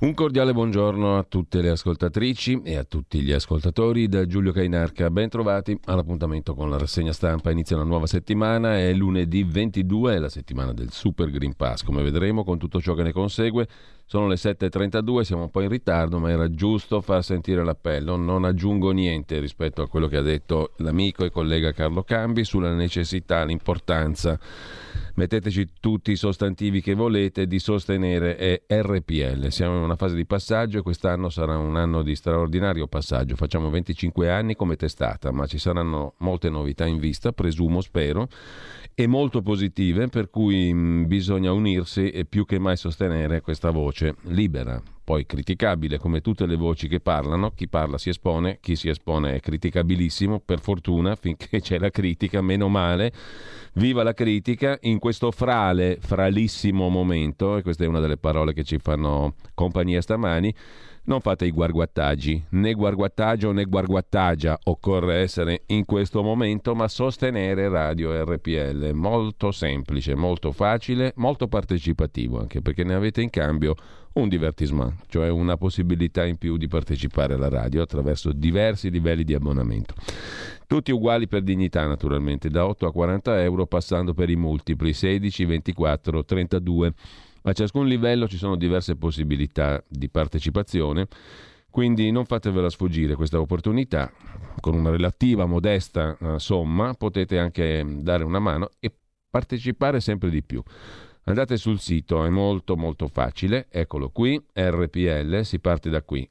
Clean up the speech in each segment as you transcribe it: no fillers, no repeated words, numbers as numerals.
Un cordiale buongiorno a tutte le ascoltatrici e a tutti gli ascoltatori da Giulio Cainarca. Ben trovati all'appuntamento con la rassegna stampa. Inizia una nuova settimana, è lunedì 22, è la settimana del Super Green Pass, come vedremo, con tutto ciò che ne consegue. Sono le 7.32, siamo un po' in ritardo, ma era giusto far sentire l'appello. Non aggiungo niente rispetto a quello che ha detto l'amico e collega Carlo Cambi sulla necessità, l'importanza, metteteci tutti i sostantivi che volete, di sostenere RPL. Siamo in una fase di passaggio e quest'anno sarà un anno di straordinario passaggio. Facciamo 25 anni come testata, ma ci saranno molte novità in vista, presumo, spero, e molto positive, per cui bisogna unirsi e più che mai sostenere questa voce libera, poi criticabile come tutte le voci che parlano. Chi parla si espone, chi si espone è criticabilissimo, per fortuna, finché c'è la critica, meno male. Viva la critica in questo fralissimo momento, e questa è una delle parole che ci fanno compagnia stamani. Non fate i guarguattaggi, né guarguattaggio né guarguattaggia occorre essere in questo momento, ma sostenere Radio RPL. Molto semplice, molto facile, molto partecipativo, anche perché ne avete in cambio un divertissement, cioè una possibilità in più di partecipare alla radio attraverso diversi livelli di abbonamento. Tutti uguali per dignità, naturalmente, da 8 a 40 euro, passando per i multipli 16, 24, 32. A ciascun livello ci sono diverse possibilità di partecipazione, quindi non fatevela sfuggire questa opportunità. Con una relativa modesta somma potete anche dare una mano e partecipare sempre di più. Andate sul sito, è molto molto facile, eccolo qui, RPL, si parte da qui,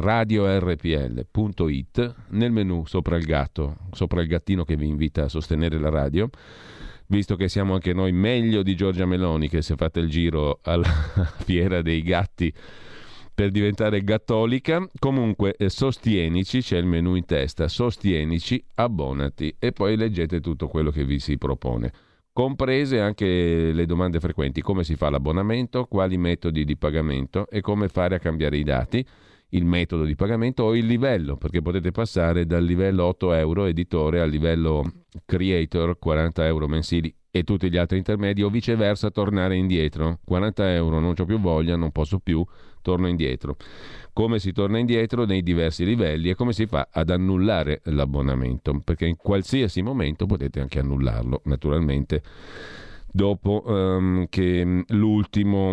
radiorpl.it, nel menu sopra il gattino che vi invita a sostenere la radio. Visto che siamo anche noi meglio di Giorgia Meloni, che si è fatta il giro alla fiera dei gatti per diventare gattolica. Comunque sostienici, c'è il menu in testa, sostienici, abbonati e poi leggete tutto quello che vi si propone, comprese anche le domande frequenti: come si fa l'abbonamento, quali metodi di pagamento e come fare a cambiare i dati, il metodo di pagamento o il livello, perché potete passare dal livello 8 euro editore al livello creator 40 euro mensili e tutti gli altri intermedi, o viceversa tornare indietro, 40 euro non c'ho più voglia, non posso più, torno indietro. Come si torna indietro nei diversi livelli e come si fa ad annullare l'abbonamento, perché in qualsiasi momento potete anche annullarlo, naturalmente dopo che l'ultimo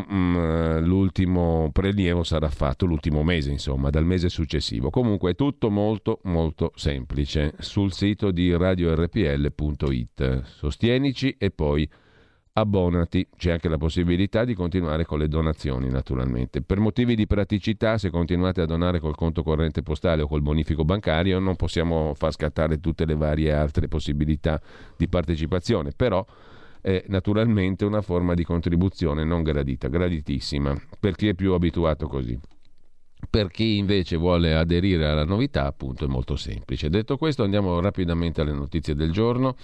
prelievo sarà fatto, l'ultimo mese, insomma, dal mese successivo. Comunque è tutto molto molto semplice sul sito di radiorpl.it. Sostienici e poi abbonati. C'è anche la possibilità di continuare con le donazioni, naturalmente. Per motivi di praticità, se continuate a donare col conto corrente postale o col bonifico bancario, non possiamo far scattare tutte le varie altre possibilità di partecipazione, però è naturalmente una forma di contribuzione non gradita, graditissima per chi è più abituato così. Per chi invece vuole aderire alla novità, appunto, è molto semplice. Detto questo, andiamo rapidamente alle notizie del giorno.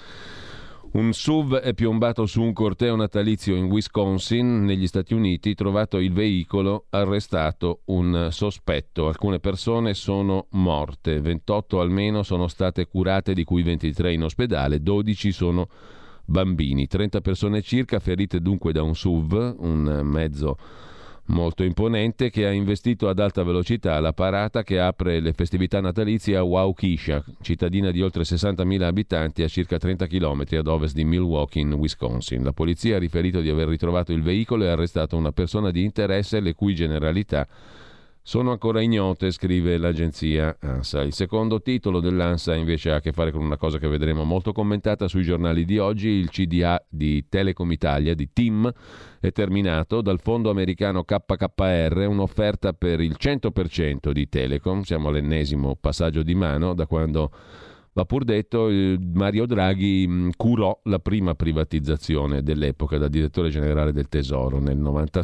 Un SUV è piombato su un corteo natalizio in Wisconsin, negli Stati Uniti. Trovato il veicolo, arrestato un sospetto. Alcune persone sono morte, 28 almeno sono state curate, di cui 23 in ospedale, 12 sono bambini, 30 persone circa ferite dunque da un SUV, un mezzo molto imponente che ha investito ad alta velocità la parata che apre le festività natalizie a Waukesha, cittadina di oltre 60.000 abitanti a circa 30 km ad ovest di Milwaukee in Wisconsin. La polizia ha riferito di aver ritrovato il veicolo e arrestato una persona di interesse le cui generalità sono ancora ignote, scrive l'agenzia ANSA. Il secondo titolo dell'ANSA invece ha a che fare con una cosa che vedremo molto commentata sui giornali di oggi. Il CDA di Telecom Italia, di TIM, è terminato. Dal fondo americano KKR un'offerta per il 100% di Telecom. Siamo all'ennesimo passaggio di mano da quando, va pur detto, Mario Draghi curò la prima privatizzazione dell'epoca da direttore generale del Tesoro nel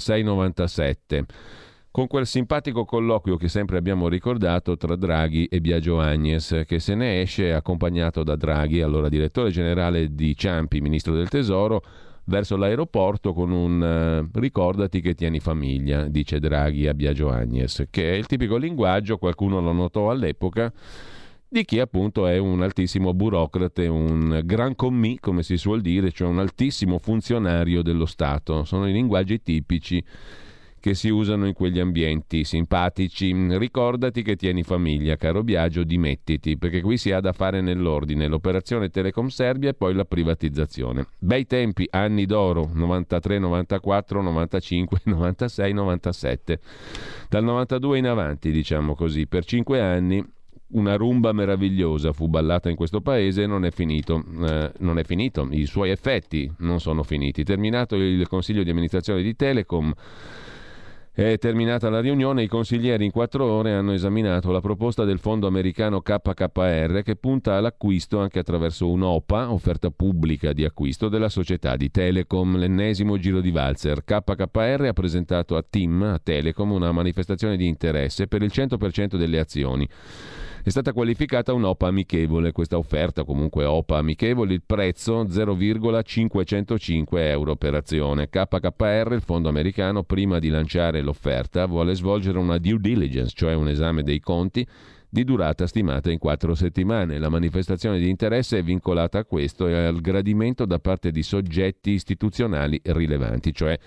96-97. Con quel simpatico colloquio che sempre abbiamo ricordato tra Draghi e Biagio Agnes, che se ne esce accompagnato da Draghi, allora direttore generale di Ciampi, ministro del Tesoro, verso l'aeroporto con un ricordati che tieni famiglia, dice Draghi a Biagio Agnes, che è il tipico linguaggio, qualcuno lo notò all'epoca, di chi appunto è un altissimo burocrate, un grand commis, come si suol dire, cioè un altissimo funzionario dello Stato. Sono i linguaggi tipici che si usano in quegli ambienti simpatici. Ricordati che tieni famiglia, caro Biagio, dimettiti, perché qui si ha da fare nell'ordine: l'operazione Telecom Serbia e poi la privatizzazione. Bei tempi, anni d'oro, 93, 94, 95, 96, 97. Dal 92 in avanti, diciamo così, per 5 anni una rumba meravigliosa fu ballata in questo paese e non è finito, i suoi effetti non sono finiti. Terminato il consiglio di amministrazione di Telecom, è terminata la riunione, i consiglieri in 4 ore hanno esaminato la proposta del fondo americano KKR, che punta all'acquisto anche attraverso un'OPA, offerta pubblica di acquisto, della società di Telecom, l'ennesimo giro di valzer. KKR ha presentato a Telecom, una manifestazione di interesse per il 100% delle azioni. È stata qualificata un'OPA amichevole, questa offerta comunque OPA amichevole, il prezzo 0,505 euro per azione. KKR, il fondo americano, prima di lanciare l'offerta vuole svolgere una due diligence, cioè un esame dei conti di durata stimata in 4 settimane. La manifestazione di interesse è vincolata a questo e al gradimento da parte di soggetti istituzionali rilevanti, cioè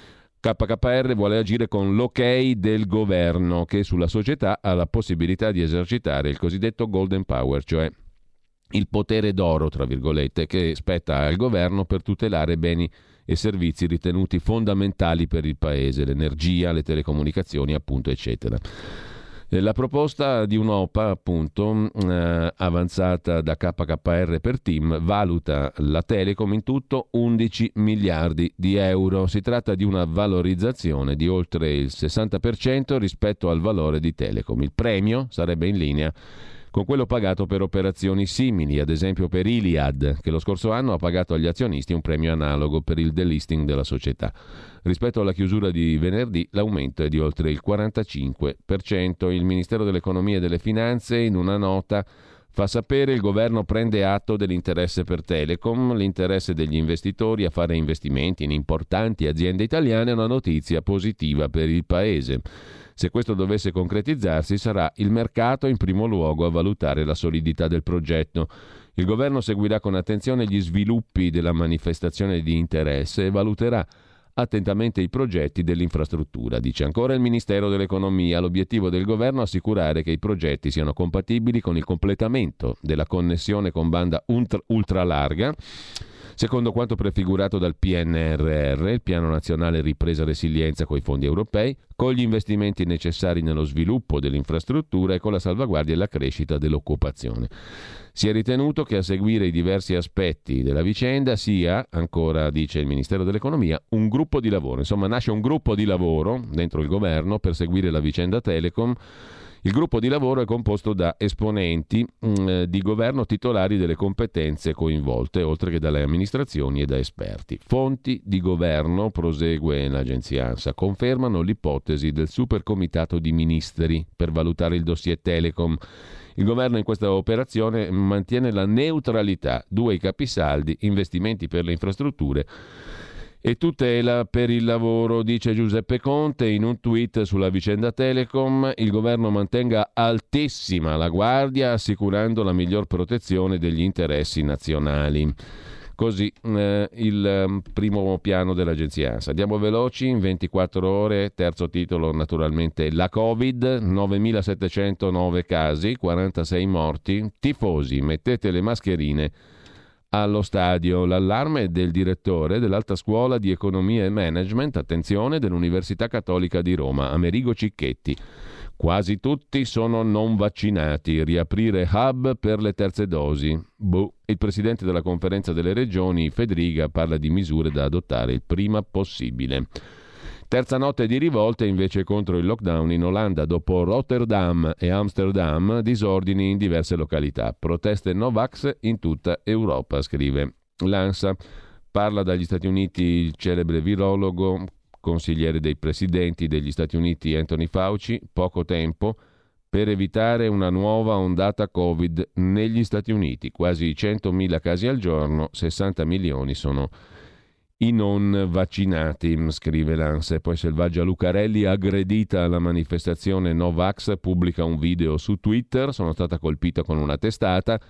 KKR vuole agire con l'ok del governo, che sulla società ha la possibilità di esercitare il cosiddetto golden power, cioè il potere d'oro, tra virgolette, che spetta al governo per tutelare beni e servizi ritenuti fondamentali per il paese, l'energia, le telecomunicazioni, appunto, eccetera. La proposta di un'OPA, appunto, avanzata da KKR per TIM, valuta la Telecom in tutto 11 miliardi di euro. Si tratta di una valorizzazione di oltre il 60% rispetto al valore di Telecom. Il premio sarebbe in linea con quello pagato per operazioni simili, ad esempio per Iliad, che lo scorso anno ha pagato agli azionisti un premio analogo per il delisting della società. Rispetto alla chiusura di venerdì, l'aumento è di oltre il 45%. Il Ministero dell'Economia e delle Finanze, in una nota, fa sapere: il governo prende atto dell'interesse per Telecom, l'interesse degli investitori a fare investimenti in importanti aziende italiane è una notizia positiva per il paese. Se questo dovesse concretizzarsi, sarà il mercato in primo luogo a valutare la solidità del progetto. Il governo seguirà con attenzione gli sviluppi della manifestazione di interesse e valuterà attentamente i progetti dell'infrastruttura. Dice ancora il Ministero dell'Economia: l'obiettivo del governo è assicurare che i progetti siano compatibili con il completamento della connessione con banda ultralarga, secondo quanto prefigurato dal PNRR, il Piano Nazionale Ripresa e Resilienza, coi fondi europei, con gli investimenti necessari nello sviluppo dell'infrastruttura e con la salvaguardia e la crescita dell'occupazione. Si è ritenuto che a seguire i diversi aspetti della vicenda sia, ancora dice il Ministero dell'Economia, un gruppo di lavoro. Insomma, nasce un gruppo di lavoro dentro il governo per seguire la vicenda Telecom. Il gruppo di lavoro è composto da esponenti di governo titolari delle competenze coinvolte, oltre che dalle amministrazioni e da esperti. Fonti di governo, prosegue l'agenzia ANSA, confermano l'ipotesi del supercomitato di ministeri per valutare il dossier Telecom. Il governo in questa operazione mantiene la neutralità, 2 i capisaldi, investimenti per le infrastrutture e tutela per il lavoro. Dice Giuseppe Conte in un tweet sulla vicenda Telecom: il governo mantenga altissima la guardia, assicurando la miglior protezione degli interessi nazionali. Così il primo piano dell'agenzia ANSA. Andiamo veloci, in 24 ore, terzo titolo naturalmente, la Covid, 9.709 casi, 46 morti, tifosi, mettete le mascherine allo stadio. L'allarme del direttore dell'Alta Scuola di Economia e Management, attenzione, dell'Università Cattolica di Roma, Amerigo Cicchetti. Quasi tutti sono non vaccinati, riaprire hub per le terze dosi. Il presidente della Conferenza delle Regioni, Fedriga, parla di misure da adottare il prima possibile. Terza notte di rivolte invece contro il lockdown in Olanda. Dopo Rotterdam e Amsterdam, disordini in diverse località. Proteste Novax in tutta Europa, scrive l'ANSA. Parla dagli Stati Uniti il celebre virologo, consigliere dei presidenti degli Stati Uniti Anthony Fauci. Poco tempo per evitare una nuova ondata Covid negli Stati Uniti. Quasi 100.000 casi al giorno, 60 milioni sono i non vaccinati, scrive l'ANSA. E poi Selvaggia Lucarelli, aggredita alla manifestazione Novax, pubblica un video su Twitter: sono stata colpita con una testata,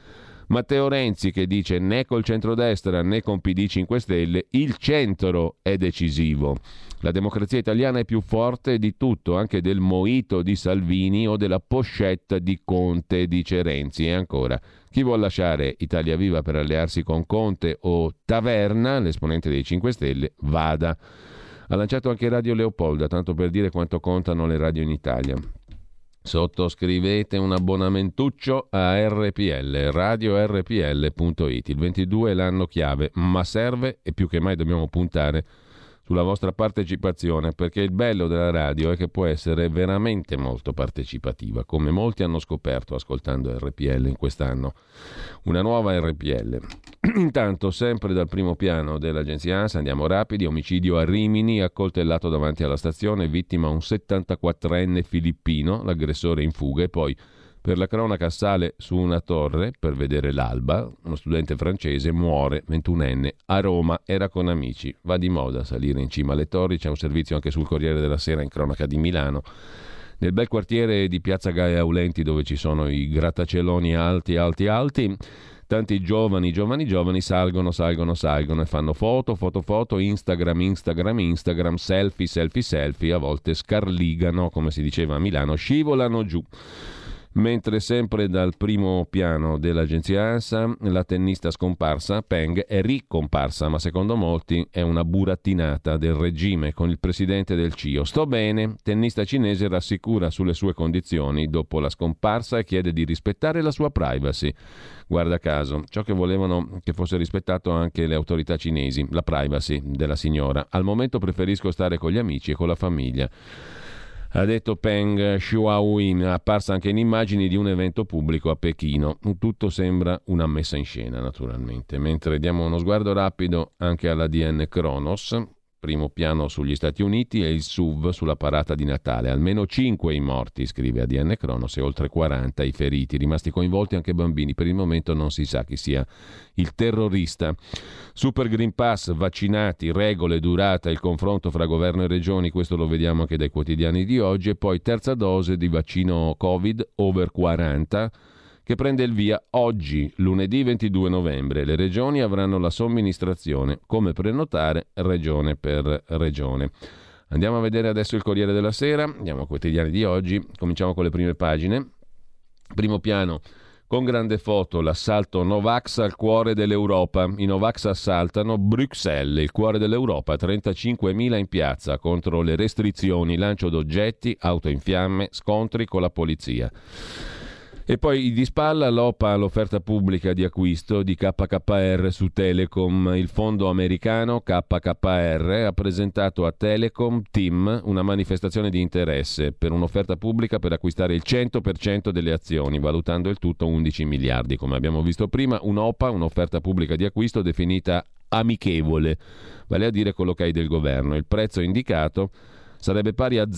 Matteo Renzi che dice né col centrodestra né con PD 5 Stelle il centro è decisivo. La democrazia italiana è più forte di tutto, anche del mojito di Salvini o della pochette di Conte, dice Renzi. E ancora, chi vuol lasciare Italia Viva per allearsi con Conte o Taverna, l'esponente dei 5 Stelle, vada. Ha lanciato anche Radio Leopolda, tanto per dire quanto contano le radio in Italia. Sottoscrivete un abbonamentuccio a RPL, radiorpl.it. Il 22 è l'anno chiave, ma serve e più che mai dobbiamo puntare sulla vostra partecipazione, perché il bello della radio è che può essere veramente molto partecipativa, come molti hanno scoperto ascoltando RPL in quest'anno. Una nuova RPL. Intanto, sempre dal primo piano dell'agenzia ANSA, andiamo rapidi: omicidio a Rimini, accoltellato davanti alla stazione, vittima un 74enne filippino, l'aggressore in fuga. E poi, per la cronaca, sale su una torre per vedere l'alba, uno studente francese muore, 21enne, a Roma, era con amici. Va di moda salire in cima alle torri, c'è un servizio anche sul Corriere della Sera in cronaca di Milano. Nel bel quartiere di Piazza Gaia Aulenti, dove ci sono i grattacieloni alti, tanti giovani salgono e fanno foto, Instagram, selfie, a volte scarligano, come si diceva a Milano, scivolano giù. Mentre sempre dal primo piano dell'agenzia ANSA, la tennista scomparsa, Peng, è ricomparsa, ma secondo molti è una burattinata del regime con il presidente del CIO. Sto bene, tennista cinese rassicura sulle sue condizioni dopo la scomparsa e chiede di rispettare la sua privacy. Guarda caso, ciò che volevano che fosse rispettato anche le autorità cinesi, la privacy della signora. Al momento preferisco stare con gli amici e con la famiglia, ha detto Peng Shuaoyin, apparsa anche in immagini di un evento pubblico a Pechino. Tutto sembra una messa in scena, naturalmente. Mentre diamo uno sguardo rapido anche all'ADN Kronos, primo piano sugli Stati Uniti e il SUV sulla parata di Natale. Almeno 5 i morti, scrive ADN Kronos, e oltre 40 i feriti, rimasti coinvolti anche bambini. Per il momento non si sa chi sia il terrorista. Super Green Pass, vaccinati, regole, durata, il confronto fra governo e regioni, questo lo vediamo anche dai quotidiani di oggi. E poi terza dose di vaccino Covid over 40, che prende il via oggi, lunedì 22 novembre. Le regioni avranno la somministrazione, come prenotare regione per regione. Andiamo a vedere adesso il Corriere della Sera, andiamo ai quotidiani di oggi, cominciamo con le prime pagine. Primo piano, con grande foto, l'assalto Novax al cuore dell'Europa. I Novax assaltano Bruxelles, il cuore dell'Europa, 35.000 in piazza contro le restrizioni, lancio d'oggetti, auto in fiamme, scontri con la polizia. E poi di spalla l'OPA all'offerta pubblica di acquisto di KKR su Telecom. Il fondo americano KKR ha presentato a Telecom Team una manifestazione di interesse per un'offerta pubblica per acquistare il 100% delle azioni, valutando il tutto 11 miliardi. Come abbiamo visto prima, un'OPA, un'offerta pubblica di acquisto definita amichevole, vale a dire con l'ok del governo. Il prezzo indicato sarebbe pari a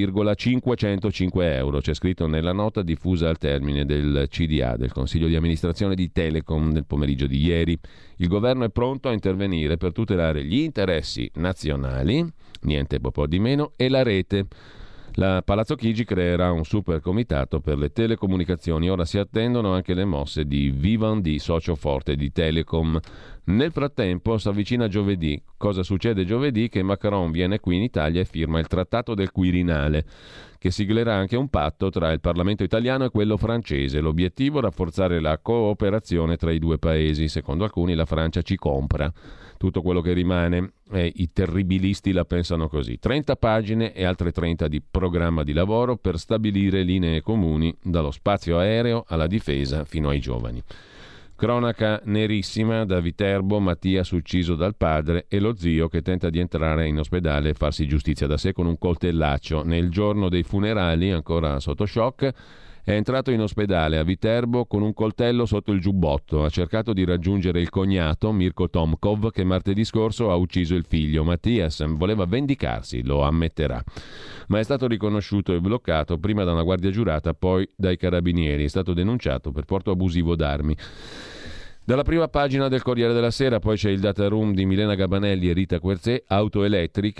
0,505 euro, c'è scritto nella nota diffusa al termine del CDA, del Consiglio di amministrazione di Telecom, nel pomeriggio di ieri. Il governo è pronto a intervenire per tutelare gli interessi nazionali, niente po' di meno, e la rete. La Palazzo Chigi creerà un super comitato per le telecomunicazioni. Ora si attendono anche le mosse di Vivendi, socio forte di Telecom. Nel frattempo si avvicina giovedì. Cosa succede giovedì? Che Macron viene qui in Italia e firma il Trattato del Quirinale, che siglerà anche un patto tra il Parlamento italiano e quello francese. L'obiettivo è rafforzare la cooperazione tra i due paesi. Secondo alcuni la Francia ci compra tutto quello che rimane, e i terribilisti la pensano così. 30 pagine e altre 30 di programma di lavoro per stabilire linee comuni dallo spazio aereo alla difesa fino ai giovani. Cronaca nerissima da Viterbo: Mattias ucciso dal padre e lo zio che tenta di entrare in ospedale e farsi giustizia da sé con un coltellaccio. Nel giorno dei funerali, ancora sotto shock, è entrato in ospedale a Viterbo con un coltello sotto il giubbotto. Ha cercato di raggiungere il cognato, Mirko Tomkov, che martedì scorso ha ucciso il figlio. Mattias voleva vendicarsi, lo ammetterà, ma è stato riconosciuto e bloccato prima da una guardia giurata, poi dai carabinieri. È stato denunciato per porto abusivo d'armi. Dalla prima pagina del Corriere della Sera poi c'è il data room di Milena Gabanelli e Rita Querzé, auto elettriche.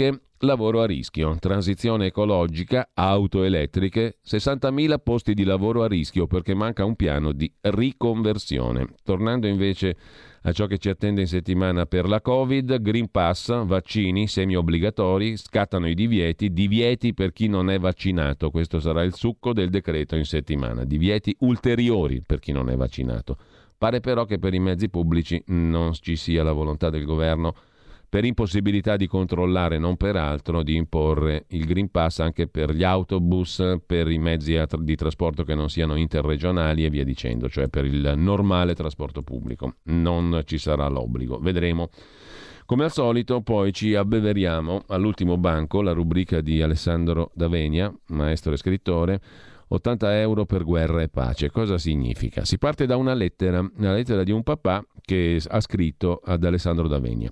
lavoro a rischio, transizione ecologica, auto elettriche, 60.000 posti di lavoro a rischio perché manca un piano di riconversione. Tornando invece a ciò che ci attende in settimana per la Covid, Green Pass, vaccini semi-obbligatori, scattano i divieti per chi non è vaccinato. Questo sarà il succo del decreto in settimana, divieti ulteriori per chi non è vaccinato. Pare però che per i mezzi pubblici non ci sia la volontà del governo, per impossibilità di controllare, non per altro, di imporre il Green Pass anche per gli autobus, per i mezzi di trasporto che non siano interregionali e via dicendo, cioè per il normale trasporto pubblico. Non ci sarà l'obbligo, vedremo. Come al solito poi ci abbeveriamo all'ultimo banco, la rubrica di Alessandro D'Avenia, maestro e scrittore, 80 euro per guerra e pace. Cosa significa? Si parte da una lettera di un papà che ha scritto ad Alessandro D'Avenia.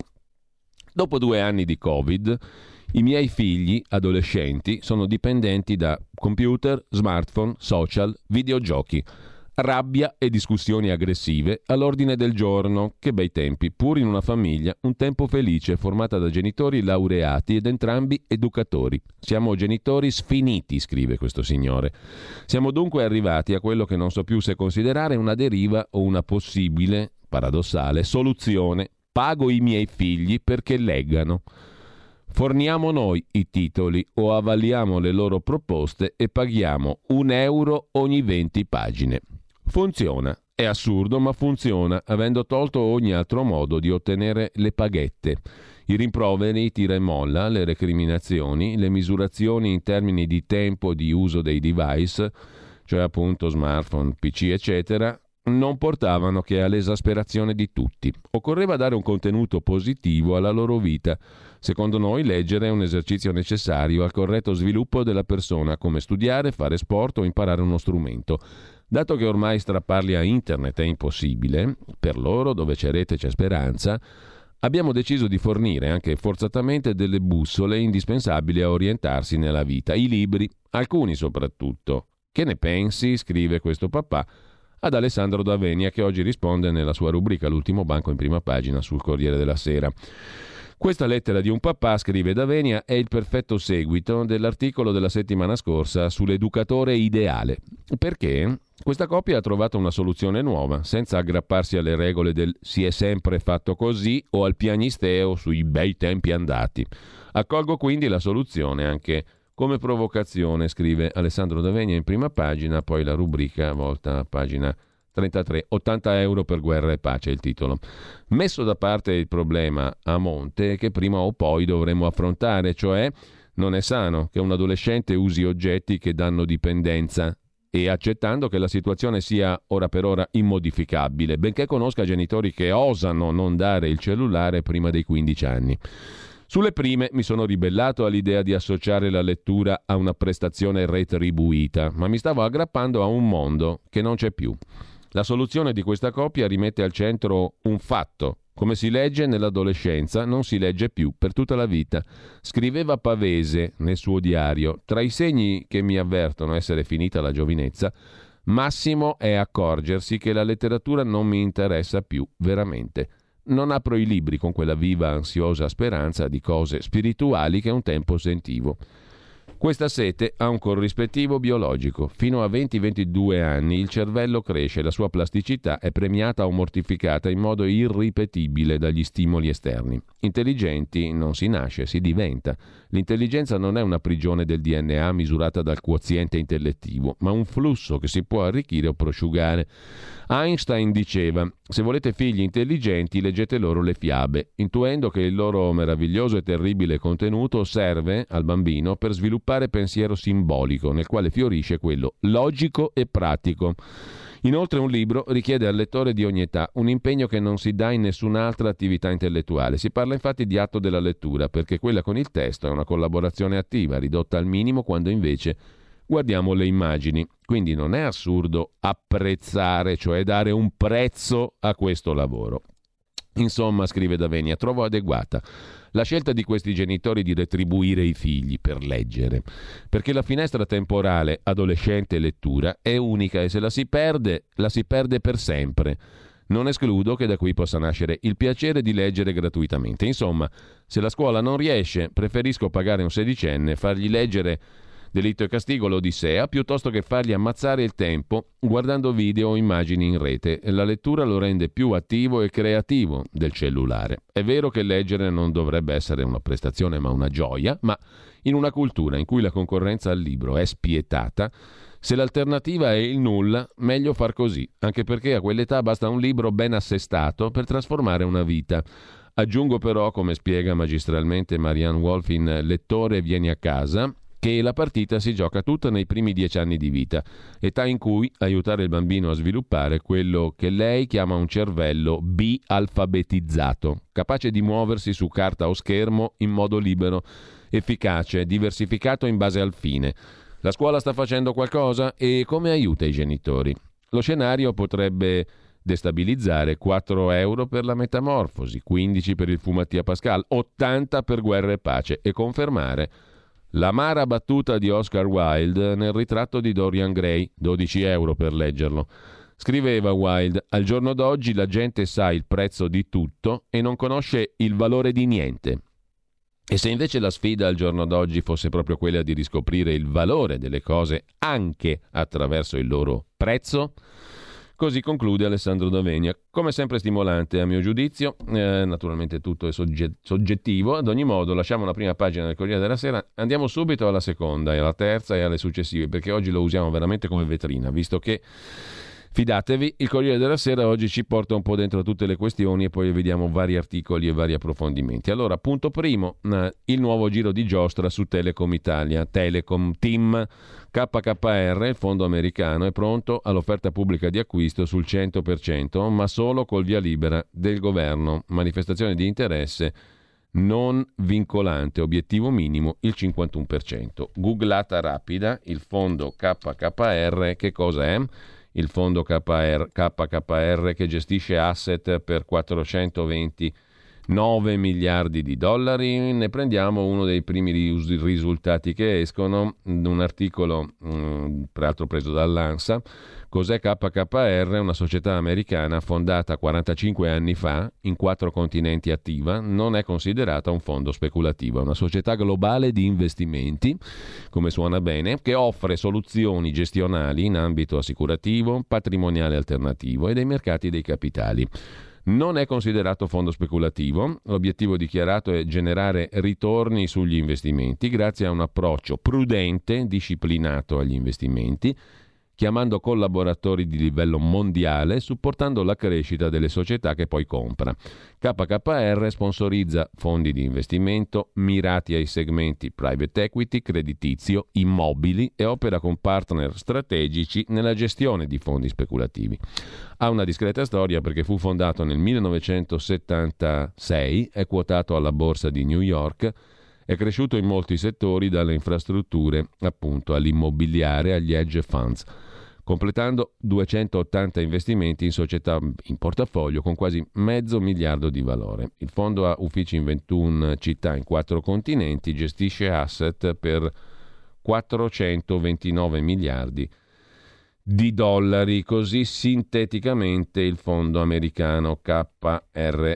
Dopo 2 anni di Covid, i miei figli, adolescenti, sono dipendenti da computer, smartphone, social, videogiochi. Rabbia e discussioni aggressive all'ordine del giorno. Che bei tempi, pur in una famiglia, un tempo felice formata da genitori laureati ed entrambi educatori. Siamo genitori sfiniti, scrive questo signore. Siamo dunque arrivati a quello che non so più se considerare una deriva o una possibile, paradossale, soluzione. Pago i miei figli perché leggano. Forniamo noi i titoli o avvaliamo le loro proposte e paghiamo €1 ogni 20 pagine. Funziona. È assurdo, ma funziona, avendo tolto ogni altro modo di ottenere le paghette. I rimproveri, i tira e molla, le recriminazioni, le misurazioni in termini di tempo di uso dei device, cioè appunto smartphone, PC, eccetera, non portavano che all'esasperazione di tutti. Occorreva dare un contenuto positivo alla loro vita. Secondo noi leggere è un esercizio necessario al corretto sviluppo della persona, come studiare, fare sport o imparare uno strumento. Dato che ormai strapparli a internet è impossibile, per loro, dove c'è rete c'è speranza, abbiamo deciso di fornire anche forzatamente delle bussole indispensabili a orientarsi nella vita, i libri, alcuni soprattutto. Che ne pensi? Scrive questo papà ad Alessandro D'Avenia, che oggi risponde nella sua rubrica L'ultimo banco in prima pagina sul Corriere della Sera. Questa lettera di un papà, scrive D'Avenia, è il perfetto seguito dell'articolo della settimana scorsa sull'educatore ideale. Perché? Questa coppia ha trovato una soluzione nuova, senza aggrapparsi alle regole del si è sempre fatto così o al piagnisteo sui bei tempi andati. Accolgo quindi la soluzione anche come provocazione, scrive Alessandro D'Avenia in prima pagina, poi la rubrica volta a pagina 33, 80 euro per guerra e pace è il titolo. Messo da parte il problema a monte che prima o poi dovremo affrontare, cioè non è sano che un adolescente usi oggetti che danno dipendenza, e accettando che la situazione sia ora per ora immodificabile, benché conosca genitori che osano non dare il cellulare prima dei 15 anni. Sulle prime mi sono ribellato all'idea di associare la lettura a una prestazione retribuita, ma mi stavo aggrappando a un mondo che non c'è più. La soluzione di questa coppia rimette al centro un fatto. Come si legge nell'adolescenza, non si legge più per tutta la vita. Scriveva Pavese nel suo diario: tra i segni che mi avvertono essere finita la giovinezza, massimo è accorgersi che la letteratura non mi interessa più veramente. Non apro i libri con quella viva, ansiosa speranza di cose spirituali che un tempo sentivo. Questa sete ha un corrispettivo biologico. Fino a 20-22 anni il cervello cresce, la sua plasticità è premiata o mortificata in modo irripetibile dagli stimoli esterni. Intelligenti non si nasce, si diventa. L'intelligenza non è una prigione del DNA misurata dal quoziente intellettivo, ma un flusso che si può arricchire o prosciugare. Einstein diceva: se volete figli intelligenti, leggete loro le fiabe, intuendo che il loro meraviglioso e terribile contenuto serve al bambino per sviluppare pensiero simbolico, nel quale fiorisce quello logico e pratico. Inoltre un libro richiede al lettore di ogni età un impegno che non si dà in nessun'altra attività intellettuale. Si parla infatti di atto della lettura, perché quella con il testo è una collaborazione attiva, ridotta al minimo quando invece guardiamo le immagini. Quindi non è assurdo apprezzare, cioè dare un prezzo a questo lavoro. Insomma, scrive D'Avenia, trovo adeguata la scelta di questi genitori di retribuire i figli per leggere, perché la finestra temporale adolescente lettura è unica e se la si perde per sempre. Non escludo che da qui possa nascere il piacere di leggere gratuitamente. Insomma, se la scuola non riesce, preferisco pagare un sedicenne, fargli leggere Delitto e Castigo, l'Odissea, piuttosto che fargli ammazzare il tempo guardando video o immagini in rete. La lettura lo rende più attivo e creativo del cellulare. È vero che leggere non dovrebbe essere una prestazione ma una gioia, ma in una cultura in cui la concorrenza al libro è spietata, se l'alternativa è il nulla, meglio far così, anche perché a quell'età basta un libro ben assestato per trasformare una vita. Aggiungo però, come spiega magistralmente Marianne Wolf in Lettore vieni a casa, che la partita si gioca tutta nei primi 10 anni di vita, età in cui aiutare il bambino a sviluppare quello che lei chiama un cervello bi-alfabetizzato, capace di muoversi su carta o schermo in modo libero, efficace, diversificato in base al fine. La scuola sta facendo qualcosa? E come aiuta i genitori? Lo scenario potrebbe destabilizzare: 4 euro per la Metamorfosi, 15 per il Fu Mattia Pascal, 80 per Guerra e Pace, e confermare l'amara battuta di Oscar Wilde nel ritratto di Dorian Gray, 12 euro per leggerlo. Scriveva Wilde: al giorno d'oggi la gente sa il prezzo di tutto e non conosce il valore di niente. E se invece la sfida al giorno d'oggi fosse proprio quella di riscoprire il valore delle cose anche attraverso il loro prezzo? Così conclude Alessandro D'Avenia. Come sempre stimolante a mio giudizio, naturalmente tutto è soggettivo. Ad ogni modo lasciamo la prima pagina del Corriere della Sera, andiamo subito alla seconda e alla terza e alle successive, perché oggi lo usiamo veramente come vetrina, visto che, fidatevi, il Corriere della Sera oggi ci porta un po' dentro tutte le questioni e poi vediamo vari articoli e vari approfondimenti. Allora, punto primo, il nuovo giro di giostra su Telecom Italia. Telecom Team KKR, il fondo americano, è pronto all'offerta pubblica di acquisto sul 100%, ma solo col via libera del governo. Manifestazione di interesse non vincolante, obiettivo minimo il 51%. Googlata rapida, il fondo KKR, che cosa è? Il fondo KKR che gestisce asset per 429 miliardi di dollari. Ne prendiamo uno dei primi risultati che escono, un articolo peraltro preso dall'ANSA. Cos'è KKR? Una società americana fondata 45 anni fa, in 4 continenti attiva, non è considerata un fondo speculativo, è una società globale di investimenti, come suona bene, che offre soluzioni gestionali in ambito assicurativo, patrimoniale alternativo e dei mercati dei capitali. Non è considerato fondo speculativo, l'obiettivo dichiarato è generare ritorni sugli investimenti grazie a un approccio prudente, disciplinato agli investimenti, chiamando collaboratori di livello mondiale, supportando la crescita delle società che poi compra. KKR sponsorizza fondi di investimento mirati ai segmenti private equity, creditizio, immobili e opera con partner strategici nella gestione di fondi speculativi. Ha una discreta storia perché fu fondato nel 1976, è quotato alla borsa di New York, è cresciuto in molti settori, dalle infrastrutture appunto all'immobiliare agli hedge funds, completando 280 investimenti in società in portafoglio con quasi $500 milioni di valore. Il fondo ha uffici in 21 città in 4 continenti, gestisce asset per 429 miliardi di dollari, così sinteticamente il fondo americano KKR,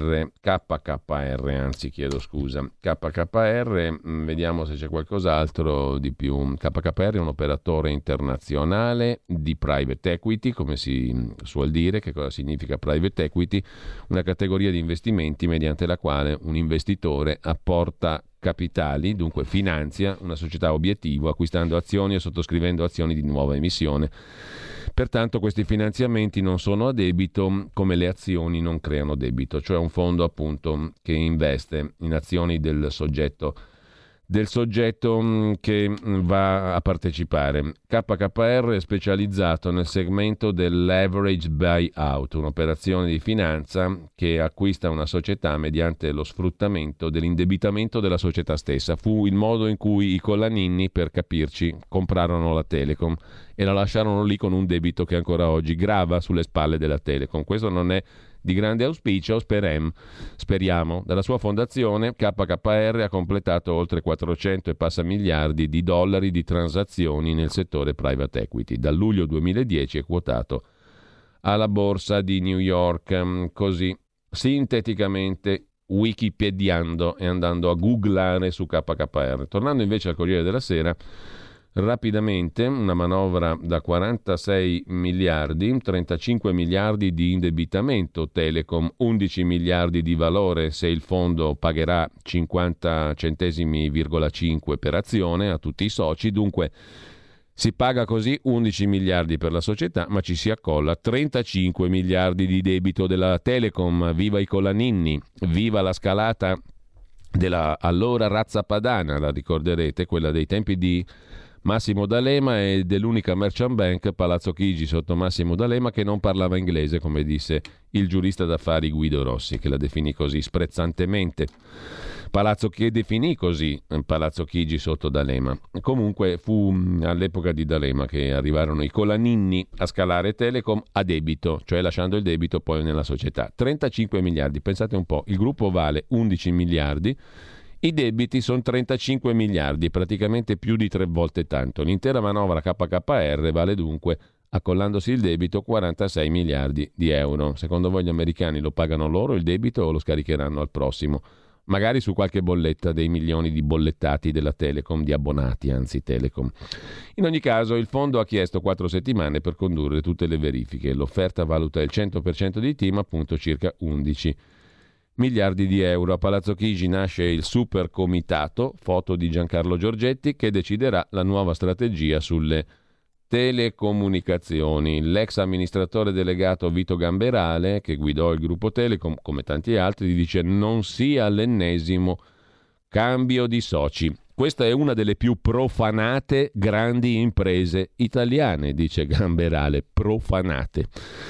vediamo se c'è qualcos'altro di più. KKR è un operatore internazionale di private equity, come si suol dire. Che cosa significa private equity? Una categoria di investimenti mediante la quale un investitore apporta capitali, dunque finanzia una società obiettivo acquistando azioni o sottoscrivendo azioni di nuova emissione. Pertanto questi finanziamenti non sono a debito, come le azioni non creano debito, cioè un fondo appunto che investe in azioni del soggetto che va a partecipare. KKR è specializzato nel segmento del leverage buyout, un'operazione di finanza che acquista una società mediante lo sfruttamento dell'indebitamento della società stessa. Fu il modo in cui i Colaninni, per capirci, comprarono la Telecom e la lasciarono lì con un debito che ancora oggi grava sulle spalle della Telecom. Questo non è di grande auspicio, speriamo. Dalla sua fondazione KKR ha completato oltre 400 e passa miliardi di dollari di transazioni nel settore private equity. Dal luglio 2010 è quotato alla borsa di New York. Così sinteticamente wikipediando e andando a googlare su KKR. Tornando invece al Corriere della Sera, rapidamente una manovra da 46 miliardi, 35 miliardi di indebitamento Telecom, 11 miliardi di valore se il fondo pagherà 50 centesimi,5 per azione a tutti i soci, dunque si paga così 11 miliardi per la società, ma ci si accolla 35 miliardi di debito della Telecom. Viva i colaninni, viva la scalata della allora razza padana, la ricorderete, quella dei tempi di Massimo D'Alema e dell'unica merchant bank Palazzo Chigi sotto Massimo D'Alema, che non parlava inglese, come disse il giurista d'affari Guido Rossi, che la definì così sprezzantemente. Che definì così Palazzo Chigi sotto D'Alema. Comunque fu all'epoca di D'Alema che arrivarono i colaninni a scalare Telecom a debito, cioè lasciando il debito poi nella società. 35 miliardi, pensate un po', il gruppo vale 11 miliardi, i debiti sono 35 miliardi, praticamente più di 3 volte tanto. L'intera manovra KKR vale dunque, accollandosi il debito, 46 miliardi di euro. Secondo voi gli americani lo pagano loro il debito o lo scaricheranno al prossimo? Magari su qualche bolletta dei milioni di bollettati della Telecom, di abbonati, anzi Telecom. In ogni caso, il fondo ha chiesto 4 settimane per condurre tutte le verifiche. L'offerta valuta il 100% di team, appunto circa 11 miliardi di euro. A Palazzo Chigi nasce il super comitato, foto di Giancarlo Giorgetti, che deciderà la nuova strategia sulle telecomunicazioni. L'ex amministratore delegato Vito Gamberale, che guidò il gruppo Telecom come tanti altri, dice non sia l'ennesimo cambio di soci. Questa è una delle più profanate grandi imprese italiane, dice Gamberale, profanate.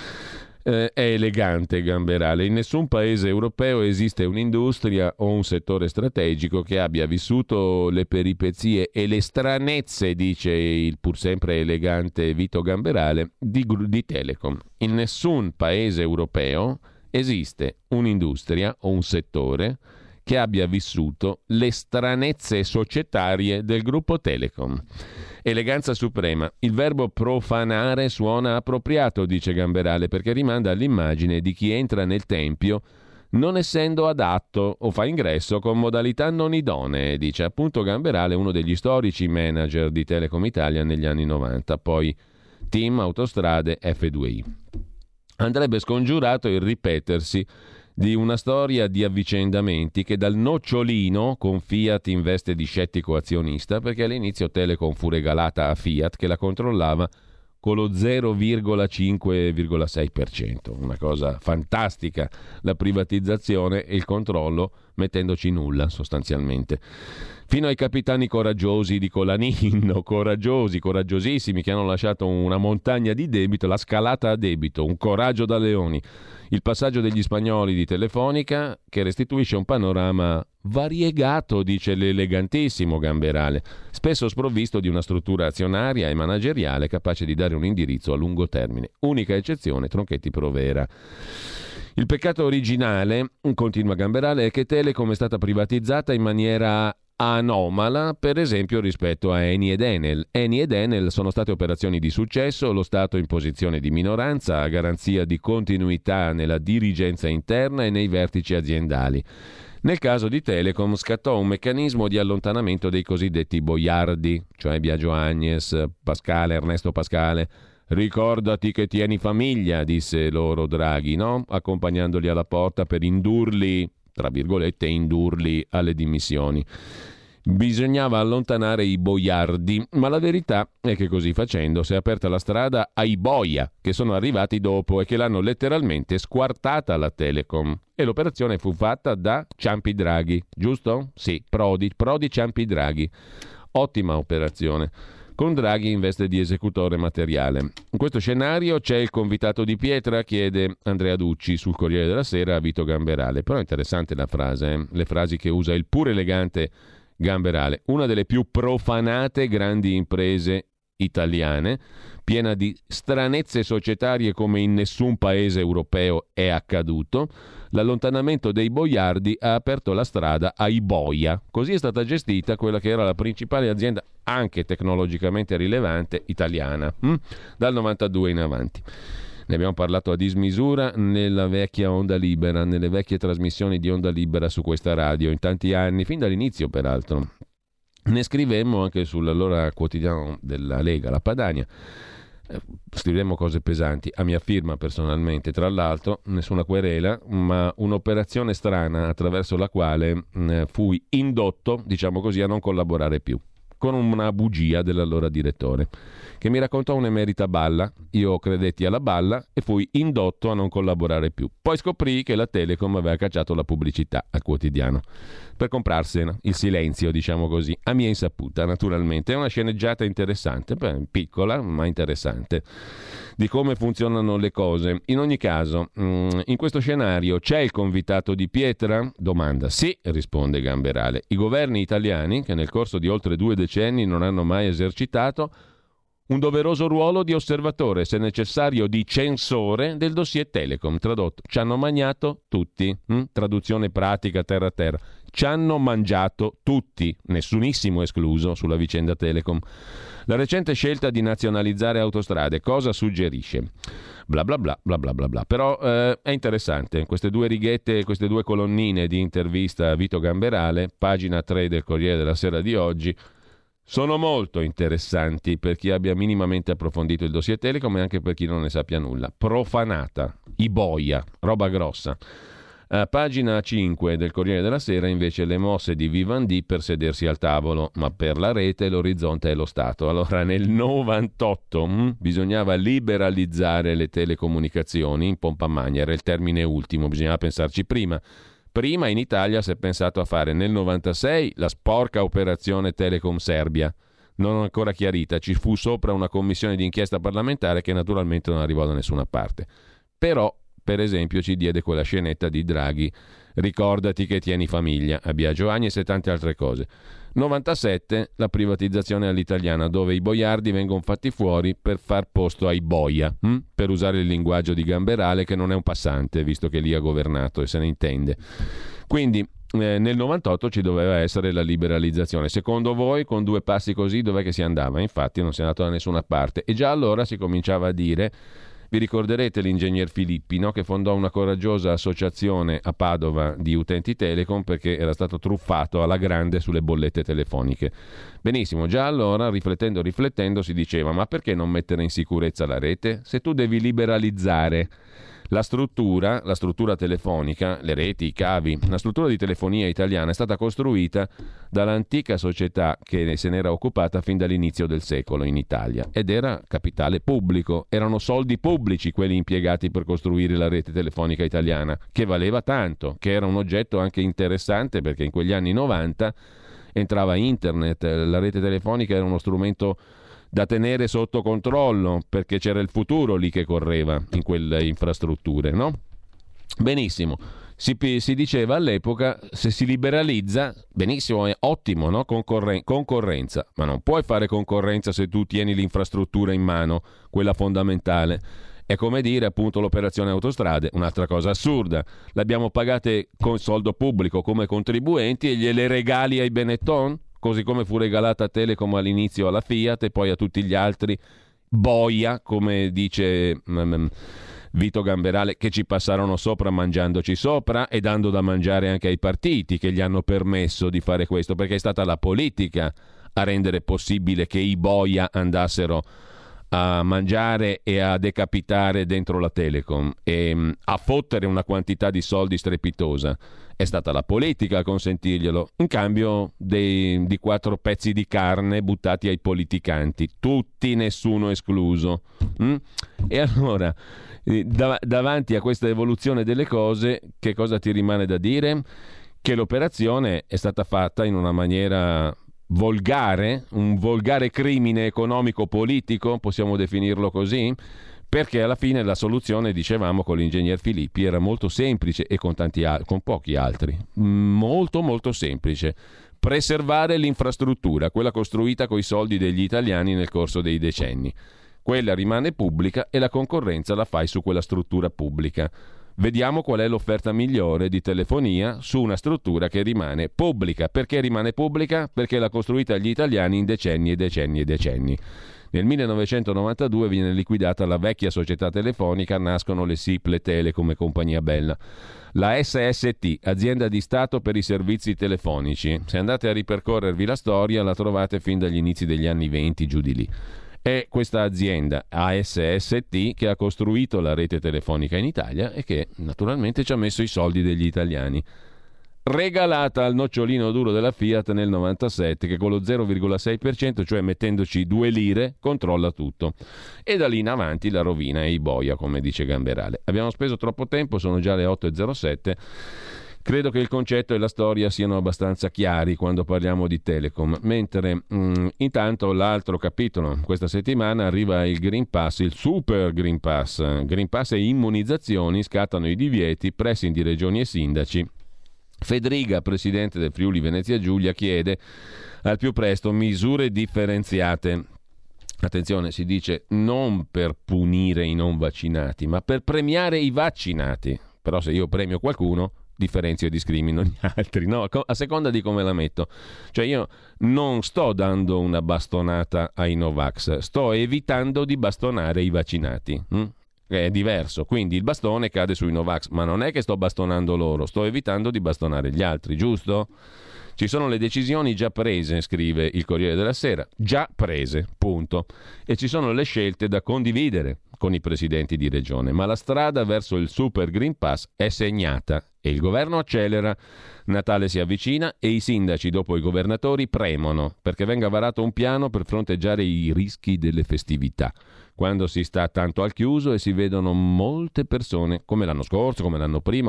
È elegante Gamberale. In nessun paese europeo esiste un'industria o un settore strategico che abbia vissuto le peripezie e le stranezze, dice il pur sempre elegante Vito Gamberale, di Telecom. In nessun paese europeo esiste un'industria o un settore che abbia vissuto le stranezze societarie del gruppo Telecom. Eleganza suprema. Il verbo profanare suona appropriato, dice Gamberale, perché rimanda all'immagine di chi entra nel tempio non essendo adatto o fa ingresso con modalità non idonee, dice appunto Gamberale, uno degli storici manager di Telecom Italia negli anni 90, poi Team Autostrade F2I. Andrebbe scongiurato il ripetersi di una storia di avvicendamenti che dal nocciolino con Fiat in veste di scettico azionista, perché all'inizio Telecom fu regalata a Fiat che la controllava con lo 0,5-6%, una cosa fantastica, la privatizzazione e il controllo mettendoci nulla sostanzialmente. Fino ai capitani coraggiosi di Colaninno, coraggiosissimi, che hanno lasciato una montagna di debito, la scalata a debito, un coraggio da leoni. Il passaggio degli spagnoli di Telefonica che restituisce un panorama variegato, dice l'elegantissimo Gamberale, spesso sprovvisto di una struttura azionaria e manageriale capace di dare un indirizzo a lungo termine. Unica eccezione, Tronchetti Provera. Il peccato originale, continua Gamberale, è che Telecom è stata privatizzata in maniera anomala, per esempio rispetto a Eni ed Enel. Eni ed Enel sono state operazioni di successo, lo Stato in posizione di minoranza a garanzia di continuità nella dirigenza interna e nei vertici aziendali. Nel caso di Telecom scattò un meccanismo di allontanamento dei cosiddetti boiardi, cioè Biagio Agnes, Ernesto Pascale. Ricordati che tieni famiglia, disse loro Draghi, no? Accompagnandoli alla porta per indurli, tra virgolette, alle dimissioni. Bisognava allontanare i boiardi, ma la verità è che così facendo si è aperta la strada ai boia, che sono arrivati dopo e che l'hanno letteralmente squartata la Telecom. E l'operazione fu fatta da Ciampi Draghi, giusto? Sì, Prodi Ciampi Draghi. Ottima operazione, con Draghi in veste di esecutore materiale. In questo scenario c'è il convitato di pietra, chiede Andrea Ducci sul Corriere della Sera a Vito Gamberale. Però è interessante la frase, le frasi che usa il pur elegante Gamberale. Una delle più profanate grandi imprese italiane, piena di stranezze societarie come in nessun paese europeo è accaduto. L'allontanamento dei boiardi ha aperto la strada ai boia. Così è stata gestita quella che era la principale azienda, anche tecnologicamente rilevante, italiana, dal 92 in avanti. Ne abbiamo parlato a dismisura nella vecchia Onda Libera, nelle vecchie trasmissioni di Onda Libera su questa radio, in tanti anni, fin dall'inizio peraltro. Ne scrivemmo anche sull'allora quotidiano della Lega, La Padania. Scrivemmo cose pesanti, a mia firma personalmente, tra l'altro, nessuna querela, ma un'operazione strana attraverso la quale fui indotto, diciamo così, a non collaborare più, con una bugia dell'allora direttore, che mi raccontò un'emerita balla. Io credetti alla balla e fui indotto a non collaborare più. Poi scoprì che la Telecom aveva cacciato la pubblicità al quotidiano per comprarsene il silenzio, diciamo così, a mia insaputa, naturalmente. È una sceneggiata interessante, piccola ma interessante, di come funzionano le cose. In ogni caso, in questo scenario c'è il convitato di pietra? Domanda. Sì, risponde Gamberale. I governi italiani, che nel corso di oltre 2 decenni non hanno mai esercitato un doveroso ruolo di osservatore, se necessario di censore, del dossier Telecom. Tradotto, ci hanno mangiato tutti. Traduzione pratica terra a terra. Ci hanno mangiato tutti, nessunissimo escluso, sulla vicenda Telecom. La recente scelta di nazionalizzare Autostrade cosa suggerisce? Bla bla bla bla bla bla bla. Però è interessante, queste 2 righette, queste 2 colonnine di intervista a Vito Gamberale, pagina 3 del Corriere della Sera di oggi, sono molto interessanti per chi abbia minimamente approfondito il dossier Telecom e anche per chi non ne sappia nulla. Profanata, i boia, roba grossa. A pagina 5 del Corriere della Sera invece le mosse di Vivendi per sedersi al tavolo, ma per la rete l'orizzonte è lo Stato. Allora nel 98 bisognava liberalizzare le telecomunicazioni in pompa magna, era il termine ultimo, bisognava pensarci prima. Prima in Italia si è pensato a fare nel 96 la sporca operazione Telecom Serbia, non ancora chiarita, ci fu sopra una commissione di inchiesta parlamentare che naturalmente non arrivò da nessuna parte. Però, per esempio, ci diede quella scenetta di Draghi, ricordati che tieni famiglia, a Biagio Agnes e tante altre cose. 97 la privatizzazione all'italiana, dove i boiardi vengono fatti fuori per far posto ai boia, per usare il linguaggio di Gamberale, che non è un passante, visto che lì ha governato e se ne intende. Quindi nel 98 ci doveva essere la liberalizzazione. Secondo voi, con 2 passi così, dov'è che si andava? Infatti non si è andato da nessuna parte. E già allora si cominciava a dire... Vi ricorderete l'ingegner Filippi, no? Che fondò una coraggiosa associazione a Padova di utenti Telecom perché era stato truffato alla grande sulle bollette telefoniche. Benissimo, già allora, riflettendo, si diceva: ma perché non mettere in sicurezza la rete? Se tu devi liberalizzare la struttura telefonica, le reti, i cavi, la struttura di telefonia italiana è stata costruita dall'antica società che se n'era occupata fin dall'inizio del secolo in Italia ed era capitale pubblico, erano soldi pubblici quelli impiegati per costruire la rete telefonica italiana, che valeva tanto, che era un oggetto anche interessante perché in quegli anni 90 entrava internet, la rete telefonica era uno strumento da tenere sotto controllo perché c'era il futuro lì che correva in quelle infrastrutture, no? Benissimo, si diceva all'epoca: se si liberalizza, benissimo, è ottimo, no? Concorrenza, ma non puoi fare concorrenza se tu tieni l'infrastruttura in mano, quella fondamentale. È come dire appunto l'operazione Autostrade, un'altra cosa assurda. L'abbiamo pagate con soldo pubblico come contribuenti e gliele regali ai Benetton? Così come fu regalata a Telecom all'inizio alla Fiat e poi a tutti gli altri boia, come dice Vito Gamberale, che ci passarono sopra mangiandoci sopra e dando da mangiare anche ai partiti che gli hanno permesso di fare questo, perché è stata la politica a rendere possibile che i boia andassero a mangiare e a decapitare dentro la Telecom e a fottere una quantità di soldi strepitosa. È stata la politica a consentirglielo, in cambio di 4 pezzi di carne buttati ai politicanti, tutti, nessuno escluso. E allora, davanti a questa evoluzione delle cose, che cosa ti rimane da dire? Che l'operazione è stata fatta in una maniera volgare, un volgare crimine economico-politico, possiamo definirlo così? Perché alla fine la soluzione, dicevamo con l'ingegner Filippi, era molto semplice e con pochi altri, molto molto semplice: preservare l'infrastruttura, quella costruita coi soldi degli italiani nel corso dei decenni. Quella rimane pubblica e la concorrenza la fai su quella struttura pubblica. Vediamo qual è l'offerta migliore di telefonia su una struttura che rimane pubblica. Perché rimane pubblica? Perché l'ha costruita gli italiani in decenni e decenni e decenni. Nel 1992 viene liquidata la vecchia società telefonica, nascono le SIP, le Tele come compagnia bella. La SST, azienda di Stato per i servizi telefonici. Se andate a ripercorrervi la storia la trovate fin dagli inizi degli anni 20, giù di lì. È questa azienda ASST che ha costruito la rete telefonica in Italia e che naturalmente ci ha messo i soldi degli italiani. Regalata al nocciolino duro della Fiat nel 97, che con lo 0,6%, cioè mettendoci 2 lire, controlla tutto. E da lì in avanti la rovina è i boia, come dice Gamberale. Abbiamo speso troppo tempo, sono già le 8.07. Credo che il concetto e la storia siano abbastanza chiari quando parliamo di Telecom, mentre intanto l'altro capitolo, questa settimana arriva il Green Pass, il Super Green Pass. Green Pass e immunizzazioni, scattano i divieti, pressing di regioni e sindaci. Fedriga, presidente del Friuli Venezia Giulia, chiede al più presto misure differenziate. Attenzione, si dice non per punire i non vaccinati, ma per premiare i vaccinati. Però se io premio qualcuno, differenzio e discrimino gli altri, no? A seconda di come la metto. Cioè io non sto dando una bastonata ai Novax, sto evitando di bastonare i vaccinati. È diverso, quindi il bastone cade sui Novax, ma non è che sto bastonando loro, sto evitando di bastonare gli altri, giusto? Ci sono le decisioni già prese, scrive il Corriere della Sera, già prese, punto. E ci sono le scelte da condividere con i presidenti di regione, ma la strada verso il Super Green Pass è segnata e il governo accelera. Natale si avvicina e i sindaci, dopo i governatori, premono perché venga varato un piano per fronteggiare i rischi delle festività, quando si sta tanto al chiuso e si vedono molte persone, come l'anno scorso, come l'anno prima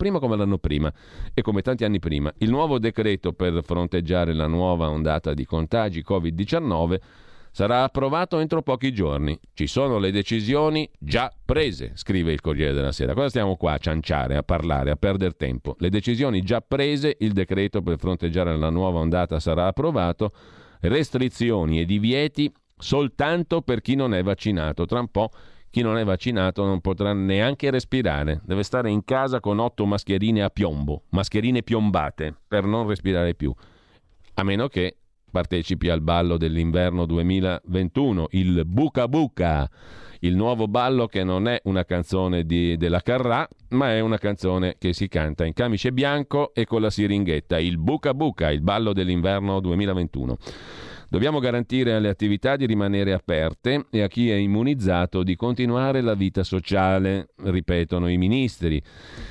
e come tanti anni prima. Il nuovo decreto per fronteggiare la nuova ondata di contagi Covid-19 sarà approvato entro pochi giorni. Ci sono le decisioni già prese, scrive il Corriere della Sera. Cosa stiamo qua a cianciare, a parlare, a perdere tempo? Le decisioni già prese, il decreto per fronteggiare la nuova ondata sarà approvato, restrizioni e divieti soltanto per chi non è vaccinato. Tra un po' chi non è vaccinato non potrà neanche respirare, deve stare in casa con 8 mascherine a piombo, mascherine piombate, per non respirare più, a meno che partecipi al ballo dell'inverno 2021, il Buca Buca, il nuovo ballo che non è una canzone della Carrà, ma è una canzone che si canta in camice bianco e con la siringhetta, il Buca Buca, il ballo dell'inverno 2021. Dobbiamo garantire alle attività di rimanere aperte e a chi è immunizzato di continuare la vita sociale, ripetono i ministri,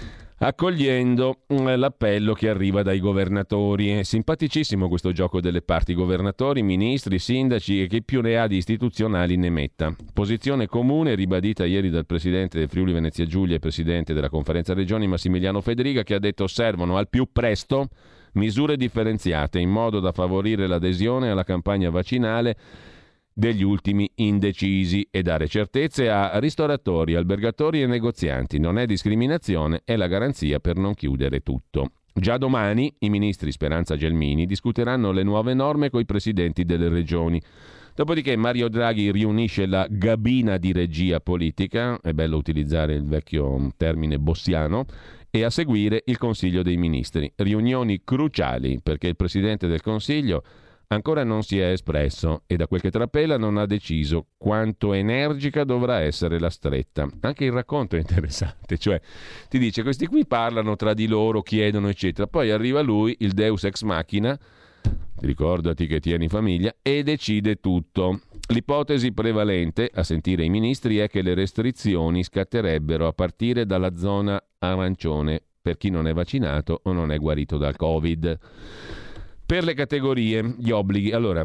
accogliendo l'appello che arriva dai governatori. È simpaticissimo questo gioco delle parti, governatori, ministri, sindaci e chi più ne ha di istituzionali ne metta. Posizione comune ribadita ieri dal presidente del Friuli Venezia Giulia e presidente della Conferenza Regioni Massimiliano Fedriga, che ha detto servono al più presto misure differenziate in modo da favorire l'adesione alla campagna vaccinale degli ultimi indecisi e dare certezze a ristoratori, albergatori e negozianti. Non è discriminazione, è la garanzia per non chiudere tutto. Già domani i ministri Speranza e Gelmini discuteranno le nuove norme coi presidenti delle regioni. Dopodiché Mario Draghi riunisce la gabina di regia politica, è bello utilizzare il vecchio termine bossiano, e a seguire il Consiglio dei Ministri. Riunioni cruciali perché il Presidente del Consiglio ancora non si è espresso e da quel che trapela non ha deciso quanto energica dovrà essere la stretta. Anche il racconto è interessante, cioè ti dice questi qui parlano tra di loro, chiedono eccetera, poi arriva lui, il Deus ex machina, ricordati che tieni famiglia, e decide tutto. L'ipotesi prevalente, a sentire i ministri, è che le restrizioni scatterebbero a partire dalla zona arancione per chi non è vaccinato o non è guarito dal Covid. Per le categorie, gli obblighi. Allora,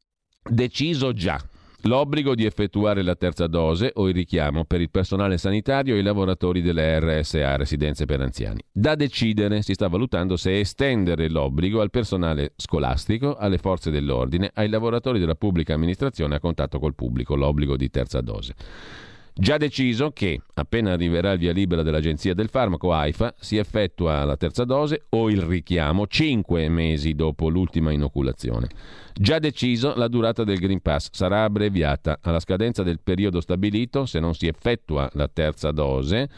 deciso già l'obbligo di effettuare la terza dose o il richiamo per il personale sanitario e i lavoratori delle RSA, residenze per anziani. Da decidere, si sta valutando se estendere l'obbligo al personale scolastico, alle forze dell'ordine, ai lavoratori della pubblica amministrazione a contatto col pubblico, l'obbligo di terza dose. Già deciso che, appena arriverà il via libera dell'Agenzia del Farmaco AIFA, si effettua la terza dose o il richiamo 5 mesi dopo l'ultima inoculazione. Già deciso la durata del Green Pass sarà abbreviata alla scadenza del periodo stabilito se non si effettua la terza dose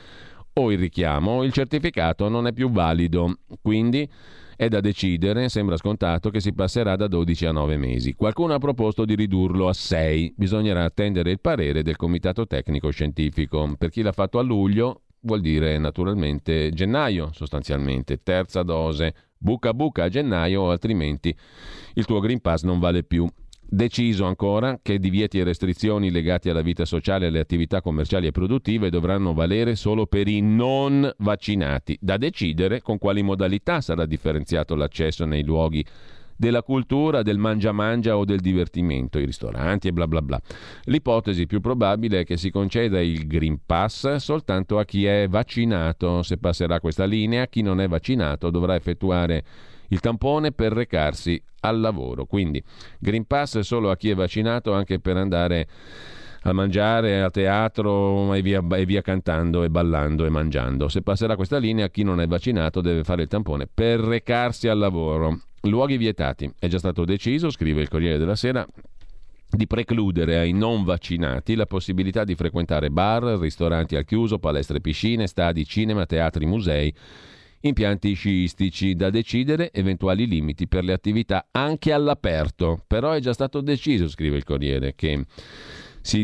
o il richiamo, il certificato non è più valido. Quindi è da decidere, sembra scontato che si passerà da 12 a 9 mesi. Qualcuno ha proposto di ridurlo a 6, bisognerà attendere il parere del Comitato Tecnico Scientifico. Per chi l'ha fatto a luglio vuol dire naturalmente gennaio, sostanzialmente, terza dose, buca buca a gennaio, altrimenti il tuo Green Pass non vale più. Deciso ancora che divieti e restrizioni legati alla vita sociale e alle attività commerciali e produttive dovranno valere solo per i non vaccinati. Da decidere con quali modalità sarà differenziato l'accesso nei luoghi della cultura, del mangia o del divertimento, i ristoranti e bla bla bla. L'ipotesi più probabile è che si conceda il Green Pass soltanto a chi è vaccinato. Se passerà questa linea, chi non è vaccinato dovrà effettuare il tampone per recarsi al lavoro. Quindi Green Pass solo a chi è vaccinato, anche per andare a mangiare, a teatro e via cantando e ballando e mangiando. Se passerà questa linea, chi non è vaccinato deve fare il tampone per recarsi al lavoro. Luoghi vietati. È già stato deciso, scrive il Corriere della Sera, di precludere ai non vaccinati la possibilità di frequentare bar, ristoranti al chiuso, palestre, piscine, stadi, cinema, teatri, musei, impianti sciistici. Da decidere eventuali limiti per le attività anche all'aperto. Però è già stato deciso, scrive il Corriere, che si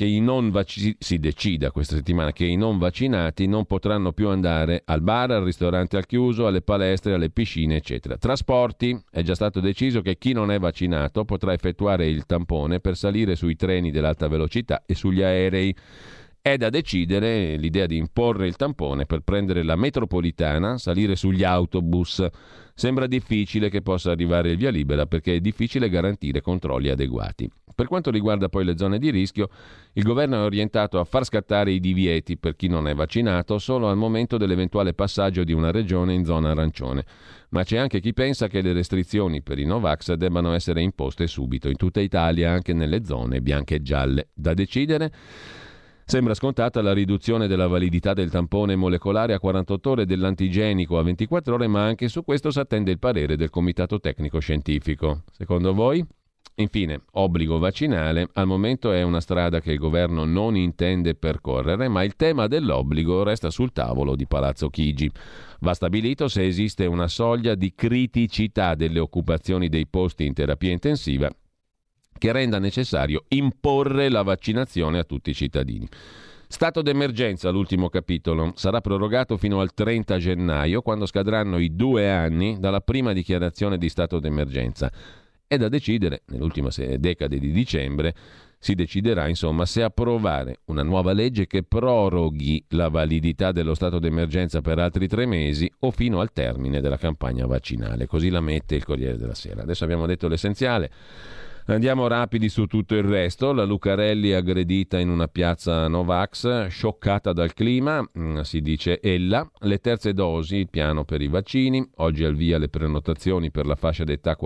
decida questa settimana che i non vaccinati non potranno più andare al bar, al ristorante al chiuso, alle palestre, alle piscine, eccetera. Trasporti, è già stato deciso che chi non è vaccinato potrà effettuare il tampone per salire sui treni dell'alta velocità e sugli aerei. È da decidere l'idea di imporre il tampone per prendere la metropolitana, salire sugli autobus. Sembra difficile che possa arrivare il via libera perché è difficile garantire controlli adeguati. Per quanto riguarda poi le zone di rischio, il governo è orientato a far scattare i divieti per chi non è vaccinato solo al momento dell'eventuale passaggio di una regione in zona arancione. Ma c'è anche chi pensa che le restrizioni per i Novax debbano essere imposte subito in tutta Italia, anche nelle zone bianche e gialle. Da decidere. Sembra scontata la riduzione della validità del tampone molecolare a 48 ore e dell'antigenico a 24 ore, ma anche su questo si attende il parere del Comitato Tecnico Scientifico. Secondo voi? Infine, obbligo vaccinale. Al momento è una strada che il governo non intende percorrere, ma il tema dell'obbligo resta sul tavolo di Palazzo Chigi. Va stabilito se esiste una soglia di criticità delle occupazioni dei posti in terapia intensiva che renda necessario imporre la vaccinazione a tutti i cittadini. Stato d'emergenza, l'ultimo capitolo, sarà prorogato fino al 30 gennaio, quando scadranno i 2 anni dalla prima dichiarazione di stato d'emergenza. È da decidere, nell'ultima decade di dicembre, si deciderà insomma se approvare una nuova legge che proroghi la validità dello stato d'emergenza per altri 3 mesi o fino al termine della campagna vaccinale. Così la mette il Corriere della Sera. Adesso abbiamo detto l'essenziale. Andiamo rapidi su tutto il resto. La Lucarelli aggredita in una piazza Novax, scioccata dal clima, si dice ella. Le terze dosi, il piano per i vaccini. Oggi al via le prenotazioni per la fascia d'età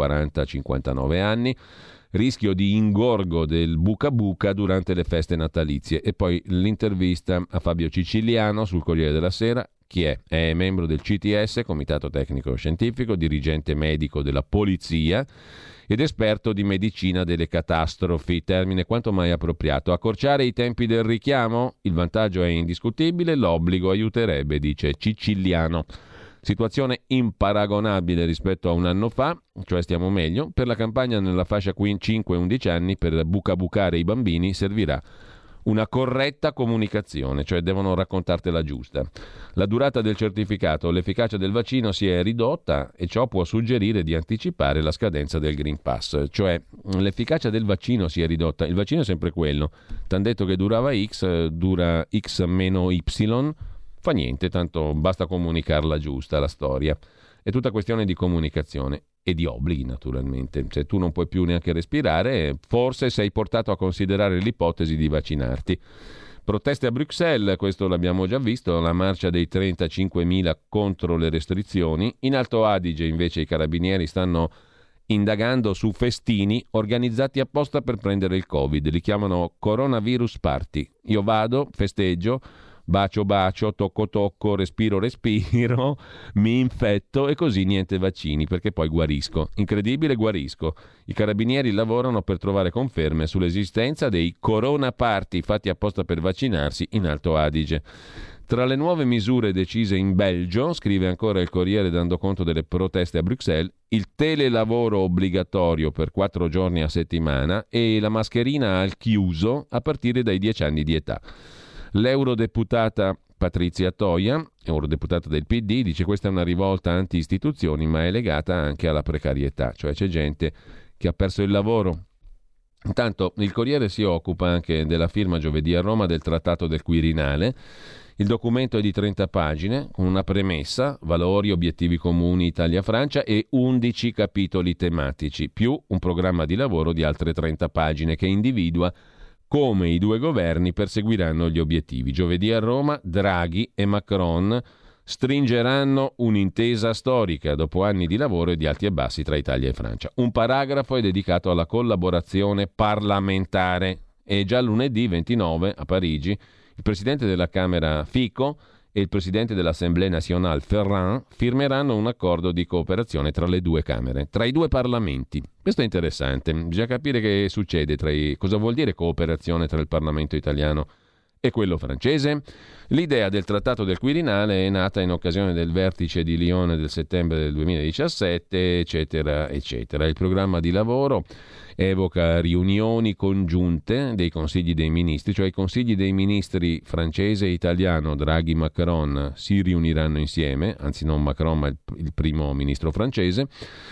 40-59 anni. Rischio di ingorgo del buca buca durante le feste natalizie. E poi l'intervista a Fabio Ciciliano sul Corriere della Sera. Chi è? È membro del CTS, Comitato Tecnico Scientifico, dirigente medico della Polizia ed esperto di medicina delle catastrofi, termine quanto mai appropriato. Accorciare i tempi del richiamo? Il vantaggio è indiscutibile, l'obbligo aiuterebbe, dice Ciciliano. Situazione imparagonabile rispetto a un anno fa, cioè stiamo meglio. Per la campagna nella fascia 5-11 anni per bucare i bambini servirà una corretta comunicazione, cioè devono raccontartela giusta. La durata del certificato, l'efficacia del vaccino si è ridotta e ciò può suggerire di anticipare la scadenza del Green Pass, cioè l'efficacia del vaccino si è ridotta. Il vaccino è sempre quello, t'han detto che durava X, dura X meno Y, fa niente, tanto basta comunicarla giusta la storia. È tutta questione di comunicazione e di obblighi, naturalmente. Se tu non puoi più neanche respirare, forse sei portato a considerare l'ipotesi di vaccinarti. Proteste a Bruxelles, questo l'abbiamo già visto, la marcia dei 35.000 contro le restrizioni. In Alto Adige invece i carabinieri stanno indagando su festini organizzati apposta per prendere il Covid. Li chiamano coronavirus party. Io vado, festeggio, bacio bacio, tocco tocco, respiro respiro, mi infetto e così niente vaccini perché poi guarisco. Incredibile, guarisco. I carabinieri lavorano per trovare conferme sull'esistenza dei corona party fatti apposta per vaccinarsi in Alto Adige. Tra le nuove misure decise in Belgio, scrive ancora il Corriere dando conto delle proteste a Bruxelles, il telelavoro obbligatorio per 4 giorni a settimana e la mascherina al chiuso a partire dai 10 anni di età. L'eurodeputata Patrizia Toia, eurodeputata del PD, dice questa è una rivolta anti-istituzioni ma è legata anche alla precarietà, cioè c'è gente che ha perso il lavoro. Intanto il Corriere si occupa anche della firma giovedì a Roma del Trattato del Quirinale. Il documento è di 30 pagine, con una premessa, valori, obiettivi comuni Italia-Francia e 11 capitoli tematici, più un programma di lavoro di altre 30 pagine che individua come i due governi perseguiranno gli obiettivi. Giovedì a Roma, Draghi e Macron stringeranno un'intesa storica dopo anni di lavoro e di alti e bassi tra Italia e Francia. Un paragrafo è dedicato alla collaborazione parlamentare e già lunedì 29 a Parigi il presidente della Camera Fico e il presidente dell'Assemblée nationale Ferrand firmeranno un accordo di cooperazione tra le due Camere, tra i due Parlamenti. Questo è interessante, bisogna capire che succede cosa vuol dire cooperazione tra il Parlamento italiano e quello francese. L'idea del Trattato del Quirinale è nata in occasione del vertice di Lione del settembre del 2017, eccetera, eccetera. Il programma di lavoro evoca riunioni congiunte dei consigli dei ministri, cioè i consigli dei ministri francese e italiano, Draghi e Macron, si riuniranno insieme, anzi non Macron ma il primo ministro francese,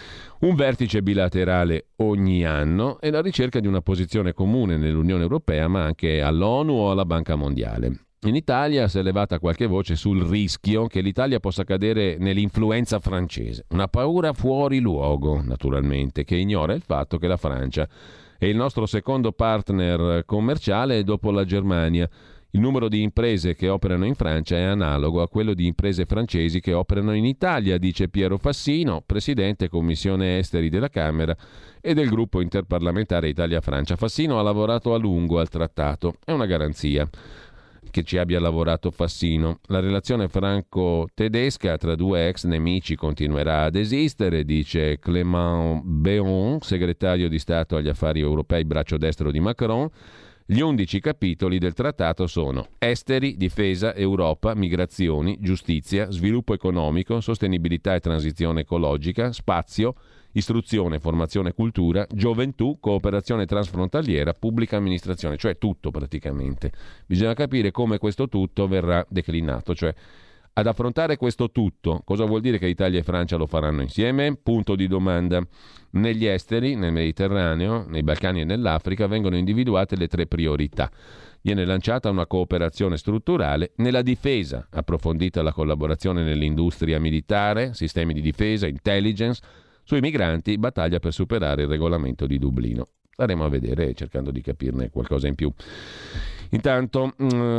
un vertice bilaterale ogni anno e la ricerca di una posizione comune nell'Unione Europea ma anche all'ONU o alla Banca Mondiale. In Italia si è levata qualche voce sul rischio che l'Italia possa cadere nell'influenza francese, una paura fuori luogo naturalmente, che ignora il fatto che la Francia è il nostro secondo partner commerciale dopo la Germania. Il numero di imprese che operano in Francia è analogo a quello di imprese francesi che operano in Italia, dice Piero Fassino, presidente Commissione Esteri della Camera e del gruppo interparlamentare Italia-Francia. Fassino ha lavorato a lungo al trattato, è una garanzia che ci abbia lavorato Fassino. La relazione franco-tedesca tra due ex nemici continuerà ad esistere, dice Clément Béon, segretario di Stato agli affari europei, braccio destro di Macron. Gli 11 capitoli del trattato sono esteri, difesa, Europa, migrazioni, giustizia, sviluppo economico, sostenibilità e transizione ecologica, spazio, istruzione, formazione e cultura, gioventù, cooperazione transfrontaliera, pubblica amministrazione, cioè tutto praticamente. Bisogna capire come questo tutto verrà declinato, cioè ad affrontare questo tutto, cosa vuol dire che Italia e Francia lo faranno insieme? Punto di domanda. Negli esteri, nel Mediterraneo, nei Balcani e nell'Africa vengono individuate le 3 priorità. Viene lanciata una cooperazione strutturale nella difesa, approfondita la collaborazione nell'industria militare, sistemi di difesa, intelligence, sui migranti, battaglia per superare il regolamento di Dublino. Staremo a vedere cercando di capirne qualcosa in più. Intanto,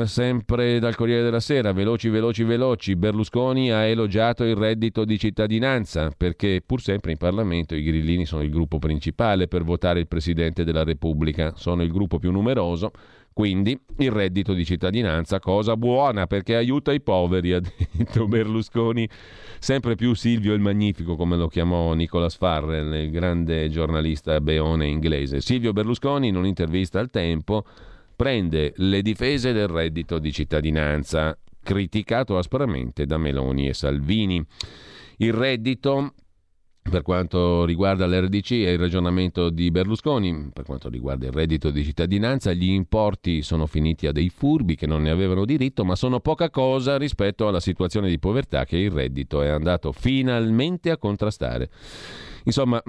sempre dal Corriere della Sera, veloci, Berlusconi ha elogiato il reddito di cittadinanza perché pur sempre in Parlamento i grillini sono il gruppo principale per votare il Presidente della Repubblica, sono il gruppo più numeroso, quindi il reddito di cittadinanza, cosa buona perché aiuta i poveri, ha detto Berlusconi, sempre più Silvio il Magnifico, come lo chiamò Nicholas Farrell, il grande giornalista beone inglese. Silvio Berlusconi in un'intervista al Tempo prende le difese del reddito di cittadinanza, criticato aspramente da Meloni e Salvini. Il reddito, per quanto riguarda l'RDC, è il ragionamento di Berlusconi. Per quanto riguarda il reddito di cittadinanza, gli importi sono finiti a dei furbi che non ne avevano diritto, ma sono poca cosa rispetto alla situazione di povertà che il reddito è andato finalmente a contrastare. Insomma,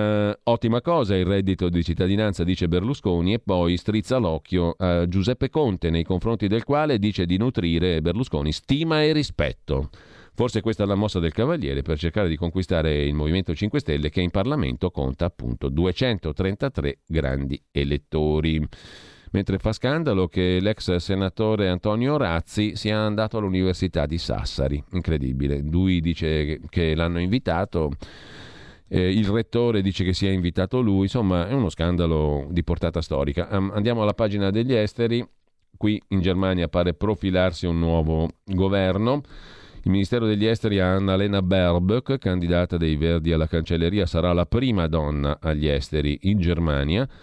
ottima cosa il reddito di cittadinanza, dice Berlusconi, e poi strizza l'occhio a Giuseppe Conte, nei confronti del quale dice di nutrire Berlusconi stima e rispetto. Forse questa è la mossa del Cavaliere per cercare di conquistare il Movimento 5 Stelle, che in Parlamento conta appunto 233 grandi elettori. Mentre fa scandalo che l'ex senatore Antonio Razzi sia andato all'Università di Sassari. Incredibile. Lui dice che l'hanno invitato. Il rettore dice che sia invitato lui, insomma è uno scandalo di portata storica. Andiamo alla pagina degli esteri. Qui in Germania pare profilarsi un nuovo governo. Il Ministero degli Esteri ha Annalena Baerbock, candidata dei Verdi alla cancelleria, sarà la prima donna agli esteri in Germania.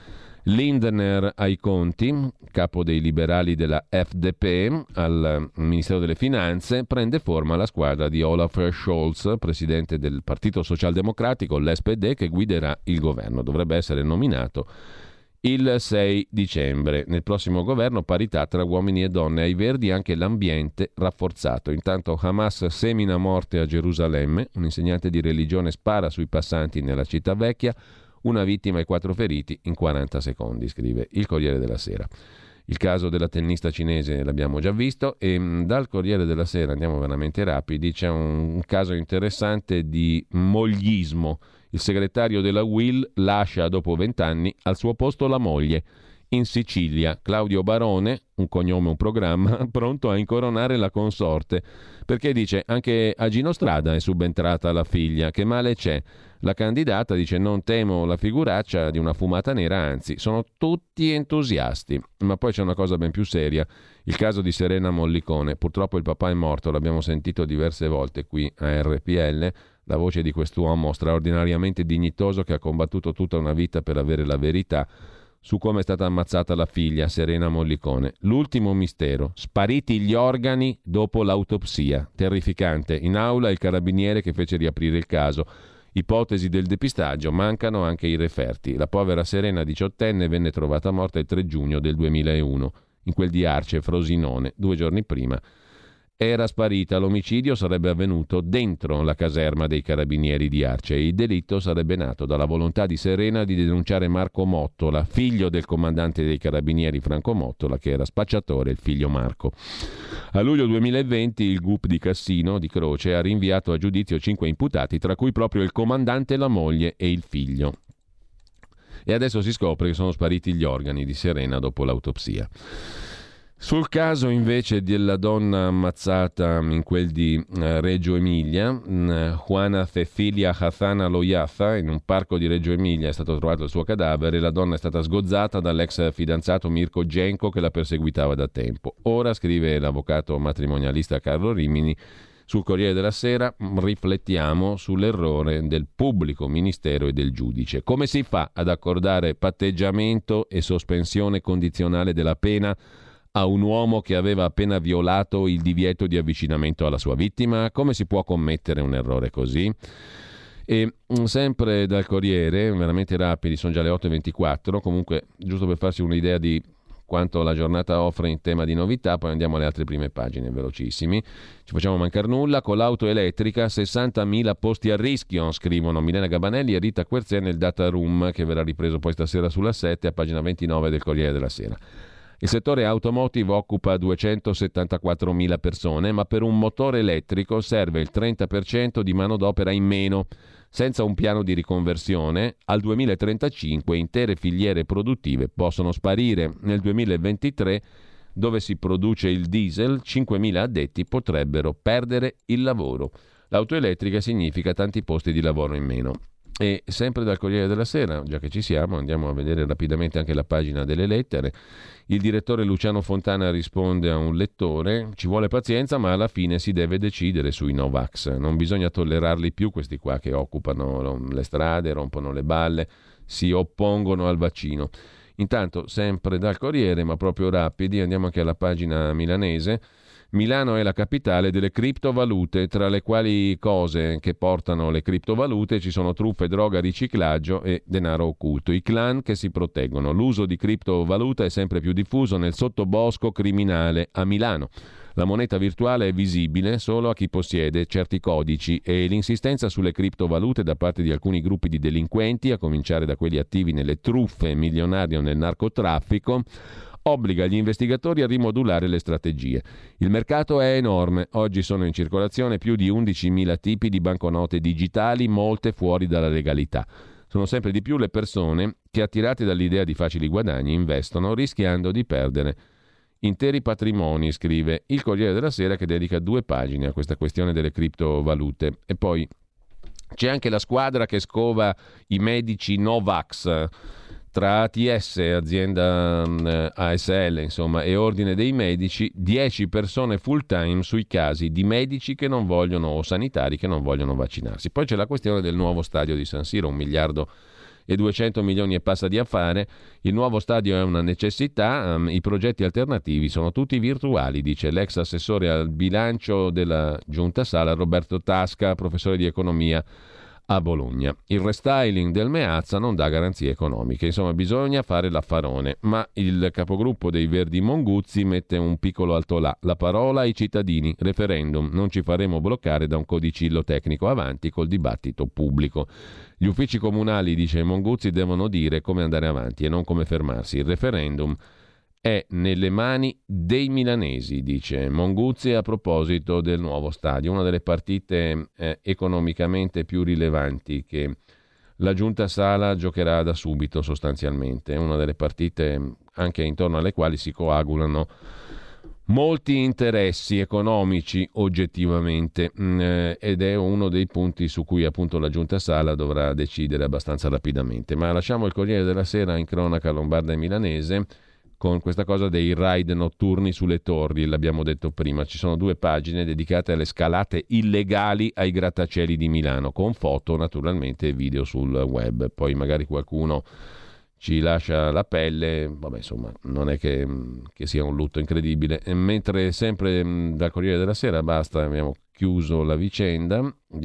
Lindner ai conti, capo dei liberali della FDP, al Ministero delle Finanze, prende forma la squadra di Olaf Scholz, presidente del Partito Socialdemocratico, l'SPD, che guiderà il governo. Dovrebbe essere nominato il 6 dicembre. Nel prossimo governo parità tra uomini e donne, ai Verdi anche l'ambiente rafforzato. Intanto Hamas semina morte a Gerusalemme, un insegnante di religione spara sui passanti nella città vecchia, una vittima e 4 feriti in 40 secondi, scrive il Corriere della Sera. Il caso della tennista cinese l'abbiamo già visto e dal Corriere della Sera, andiamo veramente rapidi, c'è un caso interessante di mogliismo. Il segretario della UIL lascia dopo 20 anni al suo posto la moglie. In Sicilia, Claudio Barone, un cognome, un programma, pronto a incoronare la consorte, perché dice anche a Gino Strada è subentrata la figlia, che male c'è? La candidata dice non temo la figuraccia di una fumata nera, anzi sono tutti entusiasti. Ma poi c'è una cosa ben più seria, il caso di Serena Mollicone. Purtroppo il papà è morto, l'abbiamo sentito diverse volte qui a RPL, la voce di quest'uomo straordinariamente dignitoso che ha combattuto tutta una vita per avere la verità su come è stata ammazzata la figlia Serena Mollicone. L'ultimo mistero, spariti gli organi dopo l'autopsia. Terrificante. In aula il carabiniere che fece riaprire il caso. Ipotesi del depistaggio, mancano anche i referti. La povera Serena, 18enne, venne trovata morta il 3 giugno del 2001, in quel di Arce, Frosinone, 2 giorni prima. Era sparita, l'omicidio sarebbe avvenuto dentro la caserma dei carabinieri di Arce e il delitto sarebbe nato dalla volontà di Serena di denunciare Marco Mottola, figlio del comandante dei carabinieri Franco Mottola, che era spacciatore, il figlio Marco. A luglio 2020 il GUP di Cassino di Croce ha rinviato a giudizio 5 imputati, tra cui proprio il comandante, la moglie e il figlio. E adesso si scopre che sono spariti gli organi di Serena dopo l'autopsia. Sul caso invece della donna ammazzata in quel di Reggio Emilia, Juana Cecilia Hazana Loyaza, in un parco di Reggio Emilia è stato trovato il suo cadavere. La donna è stata sgozzata dall'ex fidanzato Mirko Genco che la perseguitava da tempo. Ora, scrive l'avvocato matrimonialista Carlo Rimini sul Corriere della Sera, riflettiamo sull'errore del pubblico ministero e del giudice. Come si fa ad accordare patteggiamento e sospensione condizionale della pena a un uomo che aveva appena violato il divieto di avvicinamento alla sua vittima? Come si può commettere un errore così? E sempre dal Corriere, veramente rapidi, sono già le 8:24, comunque giusto per farsi un'idea di quanto la giornata offre in tema di novità, poi andiamo alle altre prime pagine, velocissimi. Ci facciamo mancare nulla. Con l'auto elettrica 60.000 posti a rischio, scrivono Milena Gabanelli e Rita Querzè nel data room, che verrà ripreso poi stasera sulla 7 a pagina 29 del Corriere della Sera. Il settore automotive occupa 274.000 persone, ma per un motore elettrico serve il 30% di manodopera in meno. Senza un piano di riconversione, al 2035 intere filiere produttive possono sparire. Nel 2023, dove si produce il diesel, 5.000 addetti potrebbero perdere il lavoro. L'auto elettrica significa tanti posti di lavoro in meno. E sempre dal Corriere della Sera, già che ci siamo, andiamo a vedere rapidamente anche la pagina delle lettere. Il direttore Luciano Fontana risponde a un lettore: ci vuole pazienza, ma alla fine si deve decidere sui Novax. Non bisogna tollerarli più, questi qua che occupano le strade, rompono le balle, si oppongono al vaccino. Intanto, sempre dal Corriere, ma proprio rapidi, andiamo anche alla pagina milanese. Milano è la capitale delle criptovalute, tra le quali cose che portano le criptovalute ci sono truffe, droga, riciclaggio e denaro occulto. I clan che si proteggono. L'uso di criptovaluta è sempre più diffuso nel sottobosco criminale a Milano. La moneta virtuale è visibile solo a chi possiede certi codici e l'insistenza sulle criptovalute da parte di alcuni gruppi di delinquenti, a cominciare da quelli attivi nelle truffe milionarie o nel narcotraffico, obbliga gli investigatori a rimodulare le strategie. Il mercato è enorme. Oggi sono in circolazione più di 11.000 tipi di banconote digitali, molte fuori dalla legalità. Sono sempre di più le persone che, attirate dall'idea di facili guadagni, investono rischiando di perdere interi patrimoni, scrive il Corriere della Sera, che dedica 2 pagine a questa questione delle criptovalute. E poi c'è anche la squadra che scova i medici Novax. Tra ATS, azienda ASL, insomma, e Ordine dei Medici, 10 persone full time sui casi di medici che non vogliono, o sanitari che non vogliono vaccinarsi. Poi c'è la questione del nuovo stadio di San Siro, 1,5 miliardi e 200 milioni e passa di affare. Il nuovo stadio è una necessità, i progetti alternativi sono tutti virtuali, dice l'ex assessore al bilancio della Giunta Sala Roberto Tasca, professore di economia a Bologna. Il restyling del Meazza non dà garanzie economiche, insomma bisogna fare l'affarone, ma il capogruppo dei Verdi Monguzzi mette un piccolo altolà: la parola ai cittadini, referendum, non ci faremo bloccare da un codicillo tecnico, avanti col dibattito pubblico. Gli uffici comunali, dice Monguzzi, devono dire come andare avanti e non come fermarsi. Il referendum è nelle mani dei milanesi, dice Monguzzi a proposito del nuovo stadio, una delle partite economicamente più rilevanti che la Giunta Sala giocherà da subito sostanzialmente, una delle partite anche intorno alle quali si coagulano molti interessi economici oggettivamente, ed è uno dei punti su cui appunto la Giunta Sala dovrà decidere abbastanza rapidamente. Ma lasciamo il Corriere della Sera in cronaca lombarda e milanese con questa cosa dei raid notturni sulle torri, l'abbiamo detto prima. Ci sono 2 pagine dedicate alle scalate illegali ai grattacieli di Milano, con foto naturalmente e video sul web. Poi magari qualcuno ci lascia la pelle, vabbè, insomma, non è che sia un lutto incredibile. E mentre sempre dal Corriere della Sera basta, abbiamo chiuso la vicenda,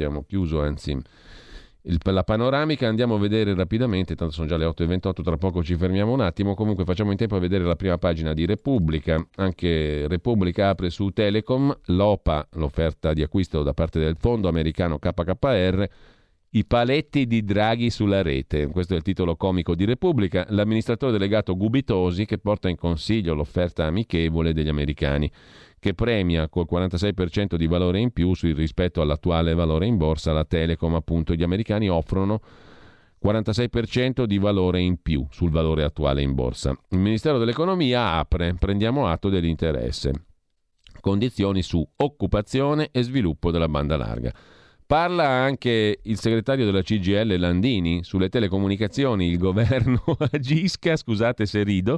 la panoramica, andiamo a vedere rapidamente, tanto sono già le 8:28, tra poco ci fermiamo un attimo, comunque facciamo in tempo a vedere la prima pagina di Repubblica. Anche Repubblica apre su Telecom, l'OPA, l'offerta di acquisto da parte del fondo americano KKR, i paletti di Draghi sulla rete, questo è il titolo comico di Repubblica. L'amministratore delegato Gubitosi che porta in consiglio l'offerta amichevole degli americani, che premia col 46% di valore in più rispetto all'attuale valore in borsa la Telecom. Appunto, gli americani offrono 46% di valore in più sul valore attuale in borsa. Il Ministero dell'Economia apre, prendiamo atto dell'interesse. Condizioni su occupazione e sviluppo della banda larga. Parla anche il segretario della CGIL Landini sulle telecomunicazioni, il governo agisca, scusate se rido,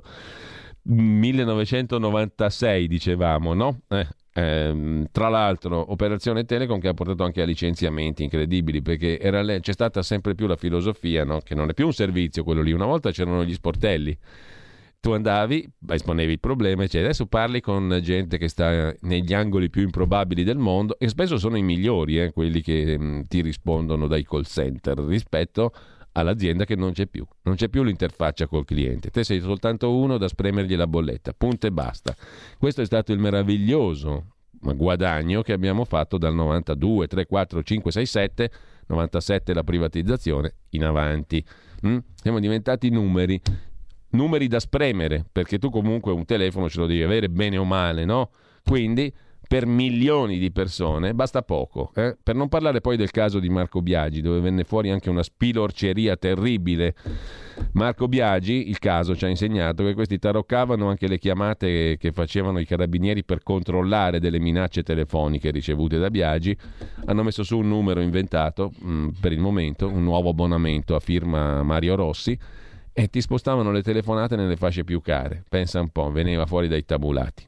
1996 dicevamo, no? Tra l'altro operazione Telecom che ha portato anche a licenziamenti incredibili, perché c'è stata sempre più la filosofia, no? Che non è più un servizio quello lì. Una volta c'erano gli sportelli, tu andavi, esponevi il problema, eccetera. Adesso parli con gente che sta negli angoli più improbabili del mondo e spesso sono i migliori, quelli che ti rispondono dai call center, rispetto all'azienda che non c'è più l'interfaccia col cliente. Te sei soltanto uno da spremergli la bolletta, punto e basta. Questo è stato il meraviglioso guadagno che abbiamo fatto dal 92, 3, 4, 5, 6, 7, 97 la privatizzazione in avanti. Siamo diventati numeri da spremere, perché tu comunque un telefono ce lo devi avere bene o male, no? Quindi per milioni di persone basta poco, per non parlare poi del caso di Marco Biagi, dove venne fuori anche una spilorceria terribile. Marco Biagi, il caso ci ha insegnato che questi taroccavano anche le chiamate che facevano i carabinieri per controllare delle minacce telefoniche ricevute da Biagi. Hanno messo su un numero inventato per il momento, un nuovo abbonamento a firma Mario Rossi, e ti spostavano le telefonate nelle fasce più care. Pensa un po', veniva fuori dai tabulati.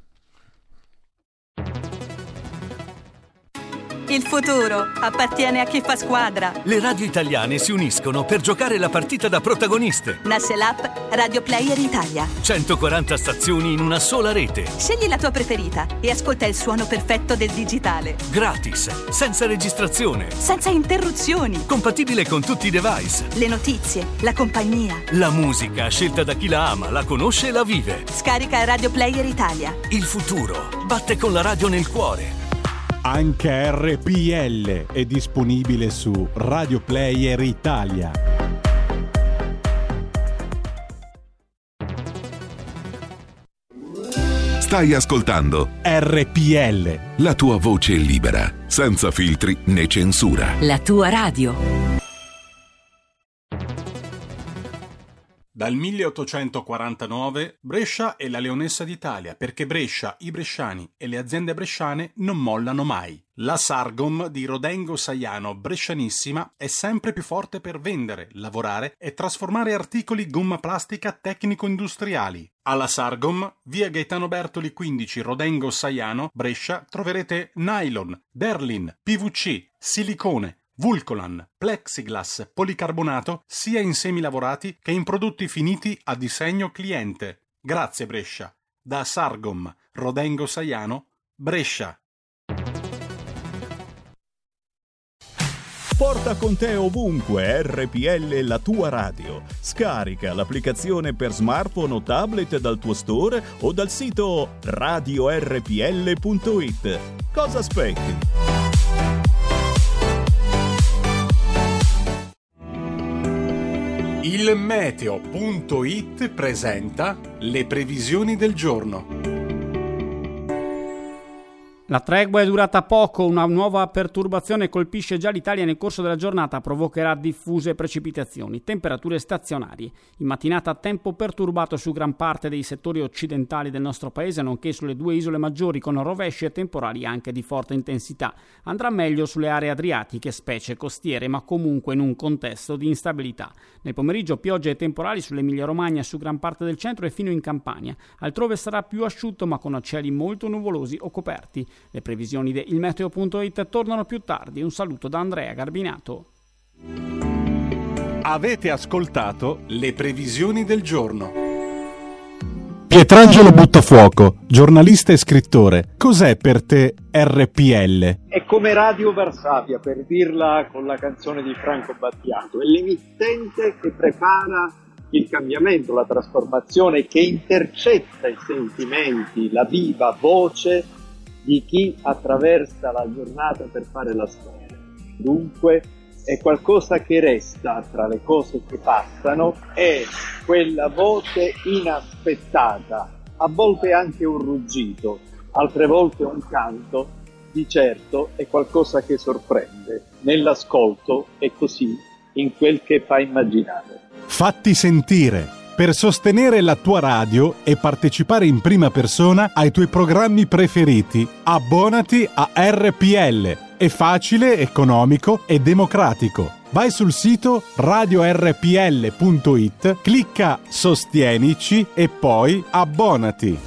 Il futuro appartiene a chi fa squadra. Le radio italiane si uniscono per giocare la partita da protagoniste. Nasce l'app Radio Player Italia. 140 stazioni in una sola rete. Scegli la tua preferita e ascolta il suono perfetto del digitale. Gratis, senza registrazione, senza interruzioni. compatibile con tutti i device. Le notizie, la compagnia. La musica scelta da chi la ama, la conosce e la vive. Scarica Radio Player Italia. Il futuro batte con la radio nel cuore. Anche RPL è disponibile su Radio Player Italia. Stai ascoltando RPL, la tua voce libera, senza filtri né censura. La tua radio. Dal 1849 Brescia è la leonessa d'Italia, perché Brescia, i bresciani e le aziende bresciane non mollano mai. La Sargom di Rodengo Saiano Brescianissima è sempre più forte per vendere, lavorare e trasformare articoli gomma plastica tecnico-industriali. Alla Sargom, via Gaetano Bertoli 15 Rodengo Saiano, Brescia, troverete nylon, derlin, PVC, silicone, Vulcolan, plexiglass, policarbonato, sia in semi lavorati che in prodotti finiti a disegno cliente. Grazie Brescia. Da Sargom, Rodengo Saiano, Brescia. Porta con te ovunque RPL, la tua radio. Scarica l'applicazione per smartphone o tablet dal tuo store o dal sito radiorpl.it. Cosa aspetti? Il meteo.it presenta le previsioni del giorno. La tregua è durata poco, una nuova perturbazione colpisce già l'Italia nel corso della giornata, provocherà diffuse precipitazioni, temperature stazionarie. In mattinata tempo perturbato su gran parte dei settori occidentali del nostro paese, nonché sulle due isole maggiori con rovesci e temporali anche di forte intensità. Andrà meglio sulle aree adriatiche, specie costiere, ma comunque in un contesto di instabilità. Nel pomeriggio piogge e temporali sull'Emilia-Romagna, su gran parte del centro e fino in Campania. Altrove sarà più asciutto ma con cieli molto nuvolosi o coperti. Le previsioni di ilmeteo.it tornano più tardi. Un saluto da Andrea Garbinato. Avete ascoltato le previsioni del giorno. Pietrangelo Buttafuoco, giornalista e scrittore. Cos'è per te RPL? È come Radio Varsavia, per dirla con la canzone di Franco Battiato. È l'emittente che prepara il cambiamento, la trasformazione, che intercetta i sentimenti, la viva voce di chi attraversa la giornata per fare la storia. Dunque è qualcosa che resta tra le cose che passano, è quella voce inaspettata, a volte anche un ruggito, altre volte un canto, di certo è qualcosa che sorprende nell'ascolto e così in quel che fa immaginare. Fatti sentire. Per sostenere la tua radio e partecipare in prima persona ai tuoi programmi preferiti, abbonati a RPL. È facile, economico e democratico. Vai sul sito radiorpl.it, clicca Sostienici e poi abbonati.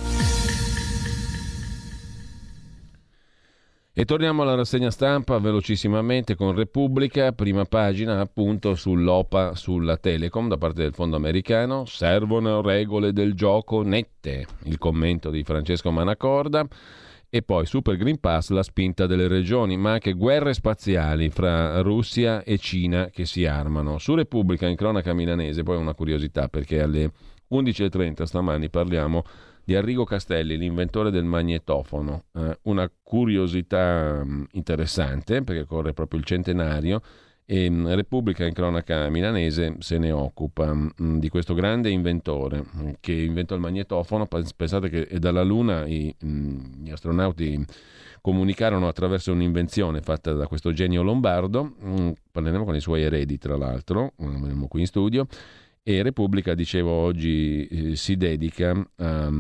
E torniamo alla rassegna stampa velocissimamente con Repubblica, prima pagina appunto sull'OPA sulla Telecom da parte del fondo americano. Servono regole del gioco nette, il commento di Francesco Manacorda. E poi Super Green Pass, la spinta delle regioni, ma anche guerre spaziali fra Russia e Cina che si armano. Su Repubblica in cronaca milanese, poi una curiosità perché alle 11.30 stamani parliamo di Arrigo Castelli, l'inventore del magnetofono, una curiosità interessante perché corre proprio il centenario e Repubblica in cronaca milanese se ne occupa di questo grande inventore che inventò il magnetofono. Pensate che dalla Luna gli astronauti comunicarono attraverso un'invenzione fatta da questo genio lombardo. Parleremo con i suoi eredi tra l'altro, avremo qui in studio. E Repubblica, dicevo, oggi si dedica a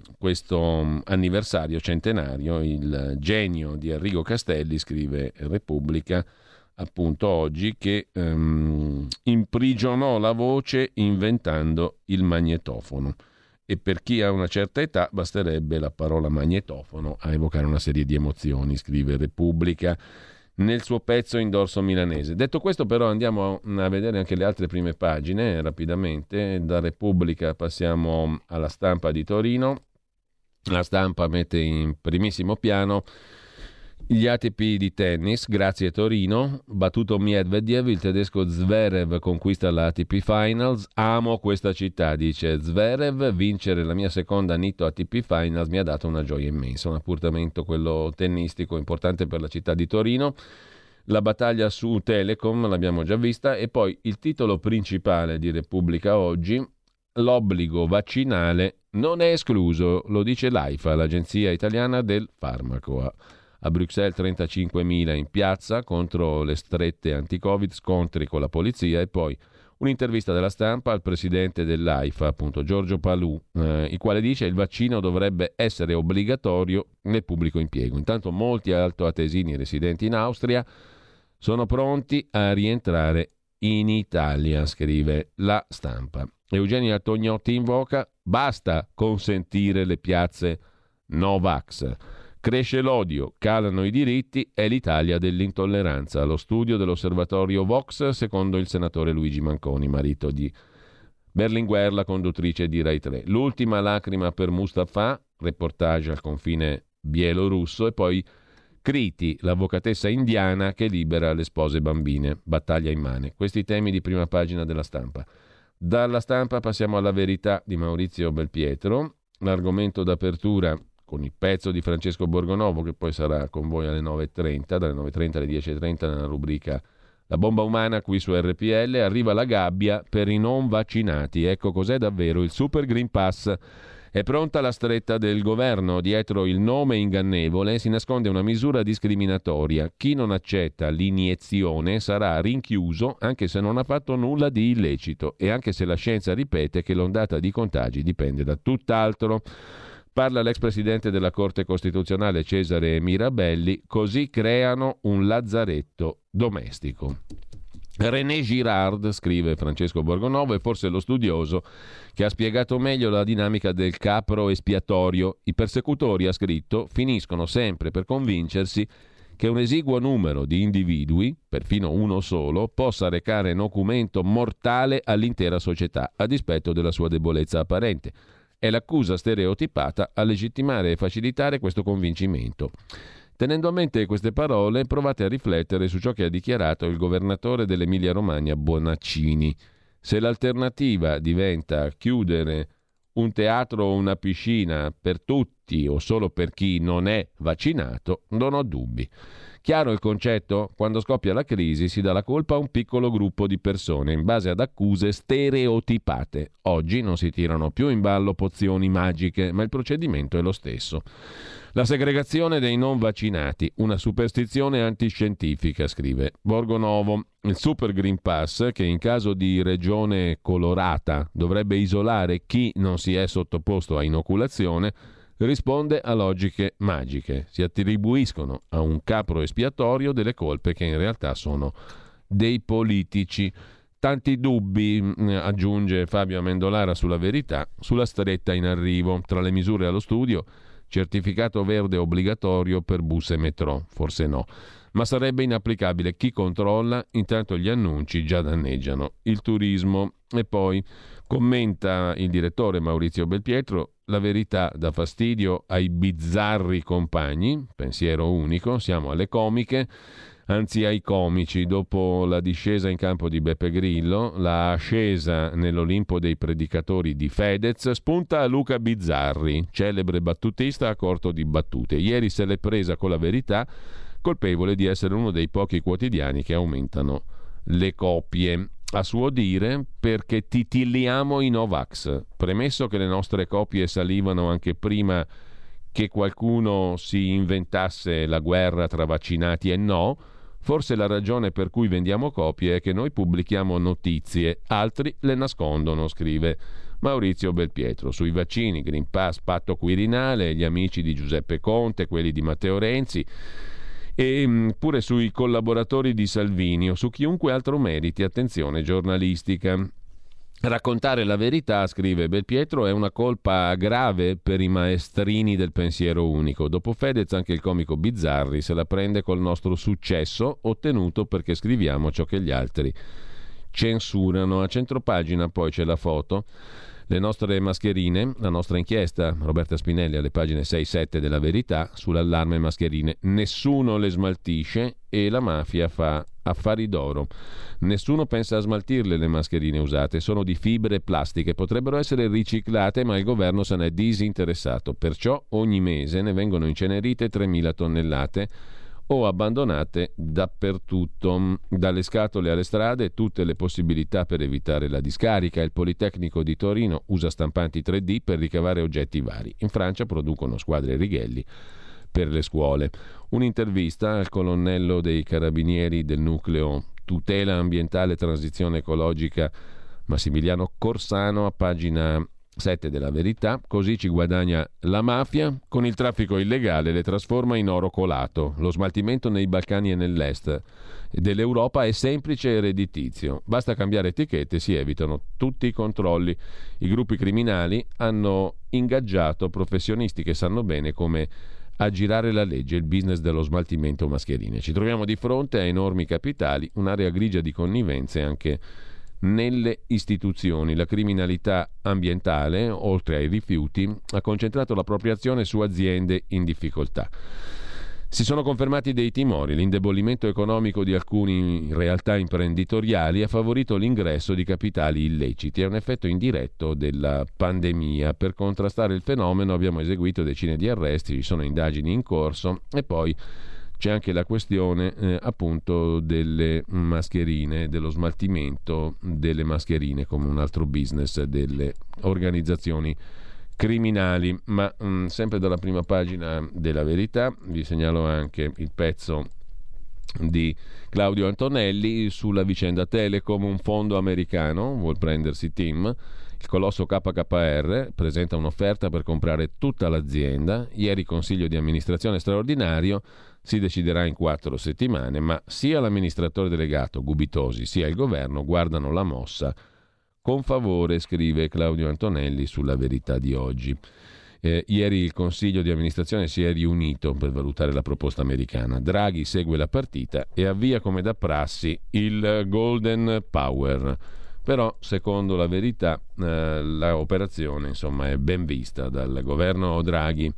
questo anniversario centenario, il genio di Arrigo Castelli, scrive Repubblica, appunto oggi, che imprigionò la voce inventando il magnetofono. E per chi ha una certa età basterebbe la parola magnetofono a evocare una serie di emozioni, scrive Repubblica nel suo pezzo in dorso milanese. Detto questo, però, andiamo a vedere anche le altre prime pagine rapidamente. Da Repubblica passiamo alla Stampa di Torino. La Stampa mette in primissimo piano gli ATP di tennis, grazie Torino, battuto Medvedev, il tedesco Zverev conquista la ATP Finals. Amo questa città, dice Zverev, vincere la mia seconda Nitto ATP Finals mi ha dato una gioia immensa, un appuntamento quello tennistico importante per la città di Torino. La battaglia su Telecom l'abbiamo già vista e poi il titolo principale di Repubblica oggi: l'obbligo vaccinale non è escluso, lo dice l'AIFA, l'Agenzia Italiana del Farmaco. A Bruxelles 35.000 in piazza contro le strette anti-Covid, scontri con la polizia e poi un'intervista della Stampa al presidente dell'AIFA, appunto Giorgio Palù, il quale dice che il vaccino dovrebbe essere obbligatorio nel pubblico impiego. Intanto molti altoatesini residenti in Austria sono pronti a rientrare in Italia, scrive la Stampa. Eugenia Tognotti invoca: basta consentire le piazze Novax. Cresce l'odio, calano i diritti, è l'Italia dell'intolleranza. Lo studio dell'osservatorio Vox, secondo il senatore Luigi Manconi, marito di Berlinguer, la conduttrice di Rai 3. L'ultima lacrima per Mustafa, reportage al confine bielorusso, e poi Kriti, l'avvocatessa indiana che libera le spose bambine, battaglia immane. Questi temi di prima pagina della Stampa. Dalla Stampa passiamo alla Verità di Maurizio Belpietro, l'argomento d'apertura con il pezzo di Francesco Borgonovo, che poi sarà con voi alle 9.30, dalle 9.30 alle 10.30 nella rubrica La bomba umana qui su RPL. Arriva la gabbia per i non vaccinati. Ecco cos'è davvero il Super Green Pass. È pronta la stretta del governo. Dietro il nome ingannevole si nasconde una misura discriminatoria. Chi non accetta l'iniezione sarà rinchiuso anche se non ha fatto nulla di illecito e anche se la scienza ripete che l'ondata di contagi dipende da tutt'altro. Parla l'ex presidente della Corte Costituzionale Cesare Mirabelli. Così creano un lazzaretto domestico. René Girard, scrive Francesco Borgonovo, è forse lo studioso che ha spiegato meglio la dinamica del capro espiatorio. I persecutori, ha scritto, finiscono sempre per convincersi che un esiguo numero di individui, perfino uno solo, possa recare nocumento mortale all'intera società, a dispetto della sua debolezza apparente. È l'accusa stereotipata a legittimare e facilitare questo convincimento. Tenendo a mente queste parole, provate a riflettere su ciò che ha dichiarato il governatore dell'Emilia-Romagna Bonaccini. Se l'alternativa diventa chiudere un teatro o una piscina per tutti o solo per chi non è vaccinato, non ho dubbi. Chiaro il concetto? Quando scoppia la crisi si dà la colpa a un piccolo gruppo di persone in base ad accuse stereotipate. Oggi non si tirano più in ballo pozioni magiche, ma il procedimento è lo stesso. La segregazione dei non vaccinati, una superstizione antiscientifica, scrive Borgonovo. Il Super Green Pass, che in caso di regione colorata dovrebbe isolare chi non si è sottoposto a inoculazione, risponde a logiche magiche. Si attribuiscono a un capro espiatorio delle colpe che in realtà sono dei politici. Tanti dubbi, aggiunge Fabio Amendolara sulla Verità, sulla stretta in arrivo. Tra le misure allo studio, certificato verde obbligatorio per bus e metro, forse no, ma sarebbe inapplicabile. Chi controlla? Intanto gli annunci già danneggiano il turismo. E poi commenta il direttore Maurizio Belpietro: La Verità dà fastidio ai bizzarri compagni, pensiero unico, siamo alle comiche, anzi ai comici. Dopo la discesa in campo di Beppe Grillo, la ascesa nell'Olimpo dei predicatori di Fedez, spunta a Luca Bizzarri, celebre battutista a corto di battute. Ieri se l'è presa con La Verità, colpevole di essere uno dei pochi quotidiani che aumentano le copie. A suo dire, perché titilliamo i Novax. Premesso che le nostre copie salivano anche prima che qualcuno si inventasse la guerra tra vaccinati e no, forse la ragione per cui vendiamo copie è che noi pubblichiamo notizie, altri le nascondono, scrive Maurizio Belpietro. Sui vaccini, Green Pass, patto Quirinale, gli amici di Giuseppe Conte, quelli di Matteo Renzi, e pure sui collaboratori di Salvini o su chiunque altro meriti attenzione giornalistica. Raccontare la verità, scrive Belpietro, è una colpa grave per i maestrini del pensiero unico. Dopo Fedez anche il comico Bizzarri se la prende col nostro successo ottenuto perché scriviamo ciò che gli altri censurano. A centropagina poi c'è la foto, le nostre mascherine, la nostra inchiesta, Roberta Spinelli alle pagine 6-7 della Verità sull'allarme mascherine. Nessuno le smaltisce e la mafia fa affari d'oro. Nessuno pensa a smaltirle le mascherine usate, sono di fibre plastiche, potrebbero essere riciclate ma il governo se n'è disinteressato, perciò ogni mese ne vengono incenerite 3.000 tonnellate o abbandonate dappertutto, dalle scatole alle strade, tutte le possibilità per evitare la discarica. Il Politecnico di Torino usa stampanti 3D per ricavare oggetti vari. In Francia producono squadre Righelli per le scuole. Un'intervista al colonnello dei carabinieri del nucleo tutela ambientale e transizione ecologica Massimiliano Corsano a pagina 7 della Verità. Così ci guadagna la mafia, con il traffico illegale le trasforma in oro colato. Lo smaltimento nei Balcani e nell'est dell'Europa è semplice e redditizio, basta cambiare etichette e si evitano tutti i controlli. I gruppi criminali hanno ingaggiato professionisti che sanno bene come aggirare la legge, il business dello smaltimento mascherine. Ci troviamo di fronte a enormi capitali, un'area grigia di connivenze anche nelle istituzioni. La criminalità ambientale, oltre ai rifiuti, ha concentrato la propria azione su aziende in difficoltà. Si sono confermati dei timori. L'indebolimento economico di alcune realtà imprenditoriali ha favorito l'ingresso di capitali illeciti. È un effetto indiretto della pandemia. Per contrastare il fenomeno abbiamo eseguito decine di arresti, ci sono indagini in corso e poi c'è anche la questione appunto delle mascherine, dello smaltimento delle mascherine come un altro business delle organizzazioni criminali. Ma sempre dalla prima pagina della Verità vi segnalo anche il pezzo di Claudio Antonelli sulla vicenda Telecom. Un fondo americano vuol prendersi TIM. Il colosso KKR presenta un'offerta per comprare tutta l'azienda. Ieri consiglio di amministrazione straordinario, si deciderà in 4 settimane, ma sia l'amministratore delegato Gubitosi sia il governo guardano la mossa con favore, scrive Claudio Antonelli sulla Verità di oggi. Ieri il Consiglio di amministrazione si è riunito per valutare la proposta americana. Draghi segue la partita e avvia come da prassi il Golden Power. Però, secondo la Verità, l'operazione insomma è ben vista dal governo Draghi.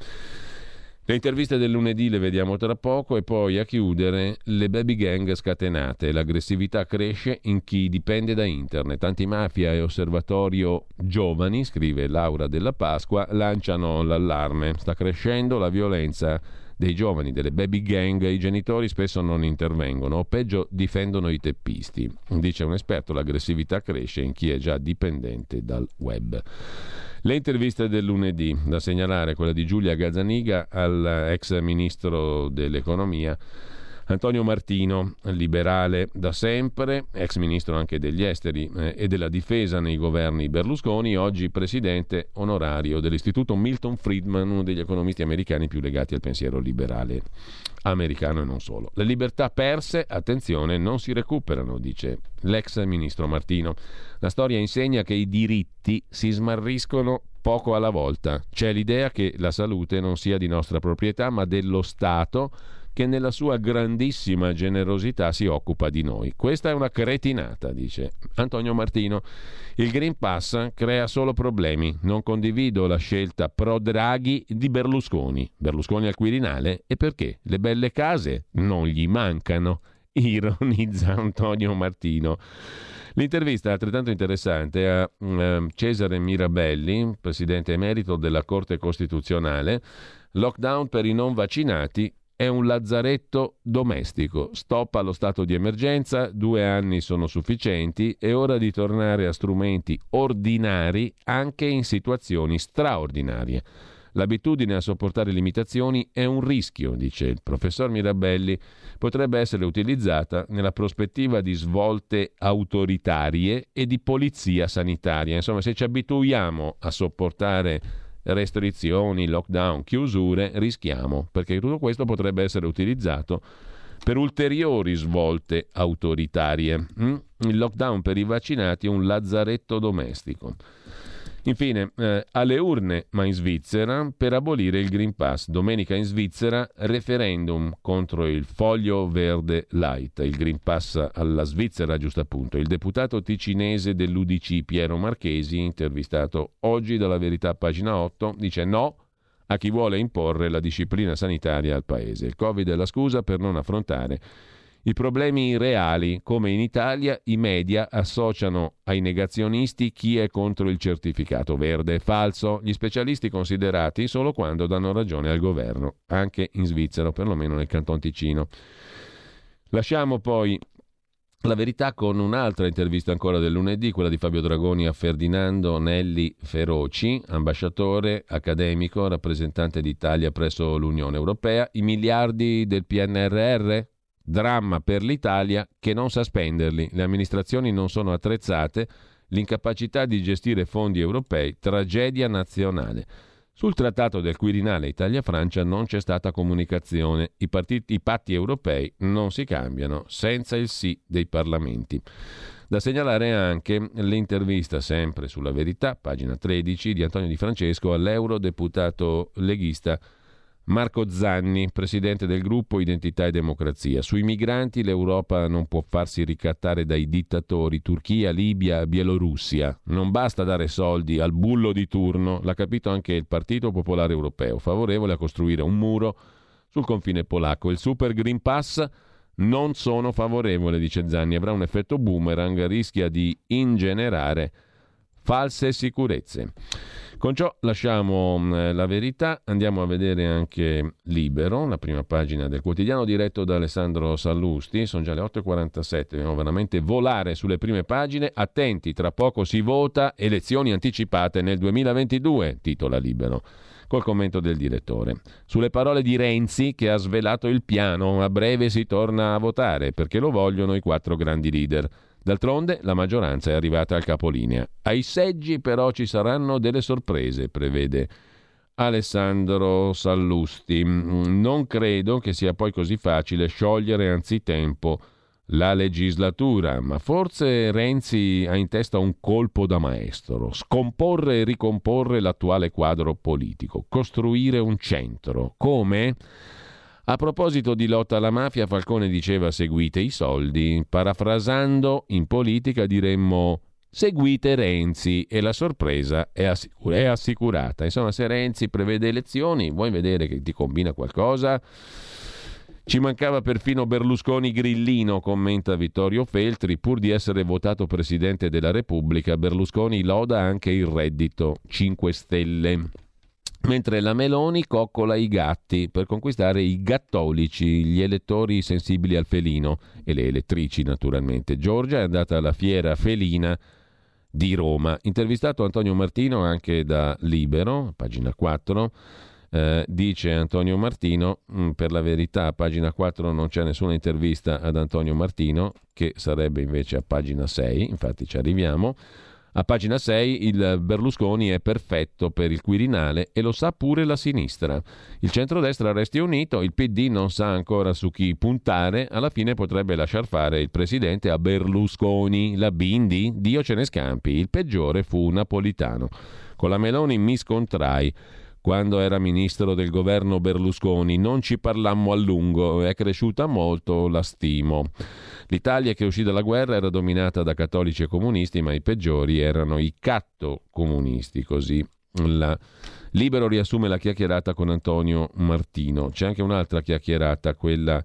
Le interviste del lunedì le vediamo tra poco e poi a chiudere le baby gang scatenate. L'aggressività cresce in chi dipende da internet. Antimafia e Osservatorio Giovani, scrive Laura Della Pasqua, lanciano l'allarme. Sta crescendo la violenza dei giovani, delle baby gang. I genitori spesso non intervengono o peggio difendono i teppisti. Dice un esperto, l'aggressività cresce in chi è già dipendente dal web. Le interviste del lunedì, da segnalare quella di Giulia Gazzaniga all'ex ministro dell'economia Antonio Martino, liberale da sempre, ex ministro anche degli esteri e della difesa nei governi Berlusconi, oggi presidente onorario dell'Istituto Milton Friedman, uno degli economisti americani più legati al pensiero liberale americano e non solo. Le libertà perse, attenzione, non si recuperano, dice l'ex ministro Martino. La storia insegna che i diritti si smarriscono poco alla volta. C'è l'idea che la salute non sia di nostra proprietà, ma dello Stato, che nella sua grandissima generosità si occupa di noi. Questa è una cretinata, dice Antonio Martino. Il Green Pass crea solo problemi. Non condivido la scelta pro Draghi di Berlusconi. Berlusconi al Quirinale? E perché? Le belle case non gli mancano, ironizza Antonio Martino. L'intervista altrettanto interessante a Cesare Mirabelli, presidente emerito della Corte Costituzionale. Lockdown per i non vaccinati è un lazzaretto domestico. Stop allo stato di emergenza, 2 anni sono sufficienti, è ora di tornare a strumenti ordinari anche in situazioni straordinarie. L'abitudine a sopportare limitazioni è un rischio, dice il professor Mirabelli, potrebbe essere utilizzata nella prospettiva di svolte autoritarie e di polizia sanitaria. Insomma, se ci abituiamo a sopportare restrizioni, lockdown, chiusure, rischiamo, perché tutto questo potrebbe essere utilizzato per ulteriori svolte autoritarie. Il lockdown per i vaccinati è un lazzaretto domestico. Infine, alle urne, ma in Svizzera, per abolire il Green Pass. Domenica in Svizzera, referendum contro il foglio verde light, il Green Pass alla Svizzera, giusto appunto. Il deputato ticinese dell'UDC Piero Marchesi, intervistato oggi dalla Verità, pagina 8, dice no a chi vuole imporre la disciplina sanitaria al paese. Il Covid è la scusa per non affrontare i problemi reali. Come in Italia i media associano ai negazionisti chi è contro il certificato verde. È falso. Gli specialisti considerati solo quando danno ragione al governo, anche in Svizzera, o perlomeno nel Canton Ticino. Lasciamo poi la Verità con un'altra intervista ancora del lunedì, quella di Fabio Dragoni a Ferdinando Nelli Feroci, ambasciatore, accademico, rappresentante d'Italia presso l'Unione Europea. I miliardi del PNRR? Dramma per l'Italia che non sa spenderli, le amministrazioni non sono attrezzate, l'incapacità di gestire fondi europei, tragedia nazionale. Sul trattato del Quirinale Italia-Francia non c'è stata comunicazione, i patti europei non si cambiano senza il sì dei parlamenti. Da segnalare anche l'intervista, sempre sulla Verità, pagina 13, di Antonio Di Francesco all'eurodeputato leghista Marco Zanni, presidente del gruppo Identità e Democrazia. Sui migranti l'Europa non può farsi ricattare dai dittatori, Turchia, Libia, Bielorussia. Non basta dare soldi al bullo di turno, l'ha capito anche il Partito Popolare Europeo, favorevole a costruire un muro sul confine polacco. Il Super Green Pass non sono favorevole, dice Zanni, avrà un effetto boomerang, rischia di ingenerare false sicurezze. Con ciò lasciamo la verità, andiamo a vedere anche Libero, la prima pagina del quotidiano diretto da Alessandro Sallusti. Sono già le 8.47, dobbiamo veramente volare sulle prime pagine. Attenti, tra poco si vota, elezioni anticipate nel 2022, titola Libero, col commento del direttore. Sulle parole di Renzi, che ha svelato il piano, a breve si torna a votare perché lo vogliono i 4 grandi leader. D'altronde la maggioranza è arrivata al capolinea. Ai seggi però ci saranno delle sorprese, prevede Alessandro Sallusti. Non credo che sia poi così facile sciogliere anzitempo la legislatura, ma forse Renzi ha in testa un colpo da maestro: scomporre e ricomporre l'attuale quadro politico, costruire un centro. Come? A proposito di lotta alla mafia, Falcone diceva seguite i soldi, parafrasando in politica diremmo seguite Renzi, e la sorpresa è assicurata. Insomma, se Renzi prevede elezioni, vuoi vedere che ti combina qualcosa? Ci mancava perfino Berlusconi grillino, commenta Vittorio Feltri. Pur di essere votato Presidente della Repubblica, Berlusconi loda anche il reddito 5 Stelle. Mentre la Meloni coccola i gatti per conquistare i gattolici, gli elettori sensibili al felino, e le elettrici naturalmente. Giorgia è andata alla fiera felina di Roma. Intervistato Antonio Martino anche da Libero, pagina 4, dice Antonio Martino, per la verità a pagina 4 non c'è nessuna intervista ad Antonio Martino, che sarebbe invece a pagina 6, infatti ci arriviamo. A pagina 6 il Berlusconi è perfetto per il Quirinale e lo sa pure la sinistra. Il centrodestra resti unito, il PD non sa ancora su chi puntare, alla fine potrebbe lasciar fare il presidente a Berlusconi. La Bindi, Dio ce ne scampi, il peggiore fu Napolitano. Con la Meloni mi scontrai quando era ministro del governo Berlusconi, non ci parlammo a lungo, è cresciuta molto, la stimo. L'Italia che uscì dalla guerra era dominata da cattolici e comunisti, ma i peggiori erano i catto-comunisti, così la Libero riassume la chiacchierata con Antonio Martino. C'è anche un'altra chiacchierata, quella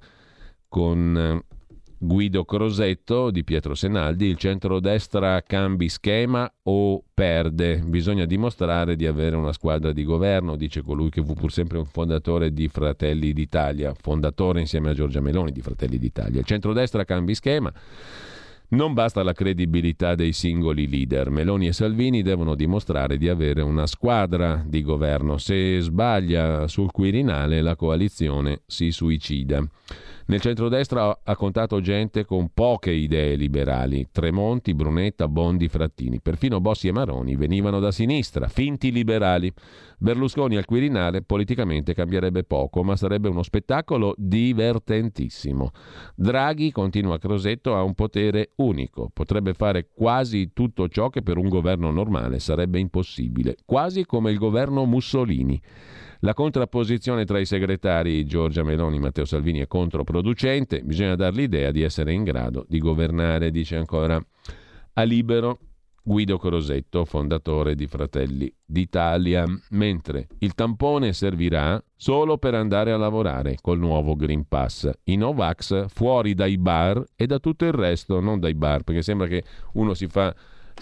con Guido Crosetto di Pietro Senaldi. Il centrodestra cambi schema o perde? Bisogna dimostrare di avere una squadra di governo, dice colui che fu pur sempre un fondatore di Fratelli d'Italia, fondatore insieme a Giorgia Meloni di Fratelli d'Italia. Il centrodestra cambi schema. Non basta la credibilità dei singoli leader. Meloni e Salvini devono dimostrare di avere una squadra di governo. Se sbaglia sul Quirinale, la coalizione si suicida. Nel centrodestra ha contato gente con poche idee liberali: Tremonti, Brunetta, Bondi, Frattini. Perfino Bossi e Maroni venivano da sinistra, finti liberali. Berlusconi al Quirinale politicamente cambierebbe poco, ma sarebbe uno spettacolo divertentissimo. Draghi, continua Crosetto, ha un potere unico. Potrebbe fare quasi tutto ciò che per un governo normale sarebbe impossibile, quasi come il governo Mussolini. La contrapposizione tra i segretari Giorgia Meloni e Matteo Salvini è controproducente, bisogna dar l'idea di essere in grado di governare, dice ancora a Libero Guido Crosetto, fondatore di Fratelli d'Italia, mentre il tampone servirà solo per andare a lavorare col nuovo Green Pass. I Novax fuori dai bar e da tutto il resto, non dai bar, perché sembra che uno si fa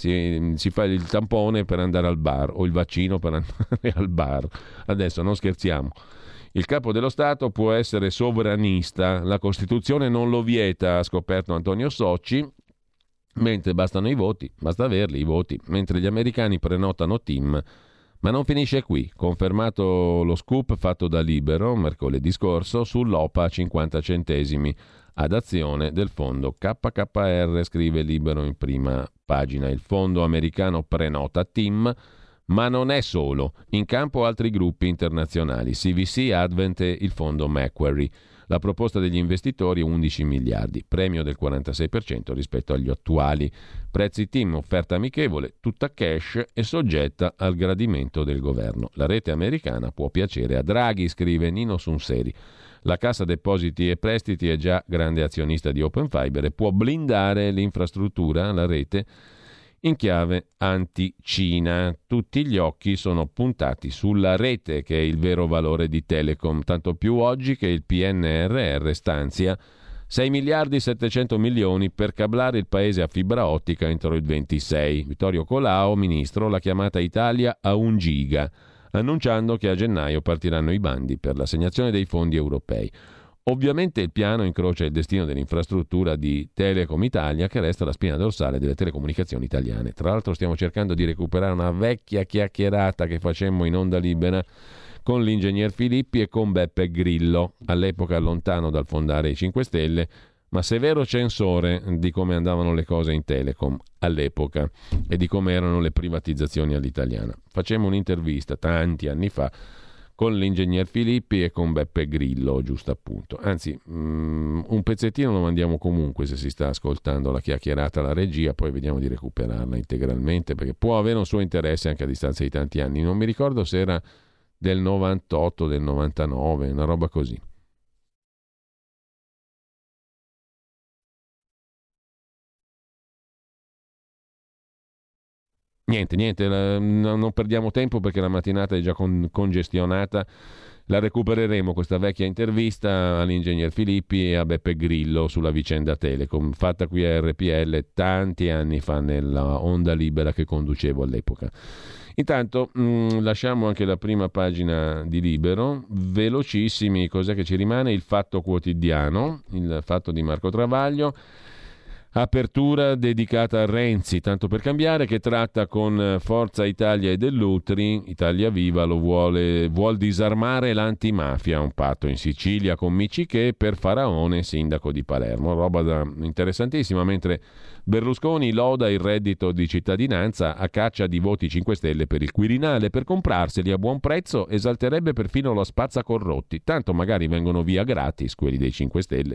il tampone per andare al bar o il vaccino per andare al bar. Adesso non scherziamo. Il capo dello Stato può essere sovranista, la Costituzione non lo vieta, ha scoperto Antonio Socci, mentre bastano i voti, basta averli i voti, mentre gli americani prenotano team. Ma non finisce qui, confermato lo scoop fatto da Libero mercoledì scorso sull'OPA a 50 centesimi ad azione del fondo KKR, scrive Libero in prima pagina. Il fondo americano prenota team, ma non è solo, in campo altri gruppi internazionali, CVC, Advent e il fondo Macquarie. La proposta degli investitori è 11 miliardi, premio del 46% rispetto agli attuali. Prezzi TIM, offerta amichevole, tutta cash e soggetta al gradimento del governo. La rete americana può piacere a Draghi, scrive Nino Sunseri. La Cassa Depositi e Prestiti è già grande azionista di Open Fiber e può blindare l'infrastruttura, la rete, in chiave anti-Cina. Tutti gli occhi sono puntati sulla rete, che è il vero valore di Telecom, tanto più oggi che il PNRR stanzia 6 miliardi 700 milioni per cablare il paese a fibra ottica entro il 26. Vittorio Colao, ministro, l'ha chiamata Italia a 1 giga, annunciando che a gennaio partiranno i bandi per l'assegnazione dei fondi europei. Ovviamente il piano incrocia il destino dell'infrastruttura di Telecom Italia, che resta la spina dorsale delle telecomunicazioni italiane. Tra l'altro stiamo cercando di recuperare una vecchia chiacchierata che facemmo in onda libera con l'ingegner Filippi e con Beppe Grillo, all'epoca lontano dal fondare i 5 Stelle, ma severo censore di come andavano le cose in Telecom all'epoca e di come erano le privatizzazioni all'italiana. Facemmo un'intervista tanti anni fa con l'ingegner Filippi e con Beppe Grillo, giusto appunto. Anzi, un pezzettino lo mandiamo comunque se si sta ascoltando la chiacchierata alla regia, poi vediamo di recuperarla integralmente, perché può avere un suo interesse anche a distanza di tanti anni. Non mi ricordo se era del 98, del 99, una roba così. Niente, non perdiamo tempo perché la mattinata è già congestionata. La recupereremo questa vecchia intervista all'ingegner Filippi e a Beppe Grillo sulla vicenda Telecom, fatta qui a RPL tanti anni fa nella onda libera che conducevo all'epoca. Intanto lasciamo anche la prima pagina di Libero, velocissimi, cos'è che ci rimane? Il Fatto Quotidiano, il Fatto di Marco Travaglio. Apertura dedicata a Renzi, tanto per cambiare, che tratta con Forza Italia e Dell'Utri. Italia Viva vuol disarmare l'antimafia, un patto in Sicilia con Miccichè per Faraone, sindaco di Palermo. Roba interessantissima, mentre Berlusconi loda il reddito di cittadinanza a caccia di voti 5 Stelle per il Quirinale. Per comprarseli a buon prezzo esalterebbe perfino lo spazzacorrotti, tanto magari vengono via gratis quelli dei 5 Stelle.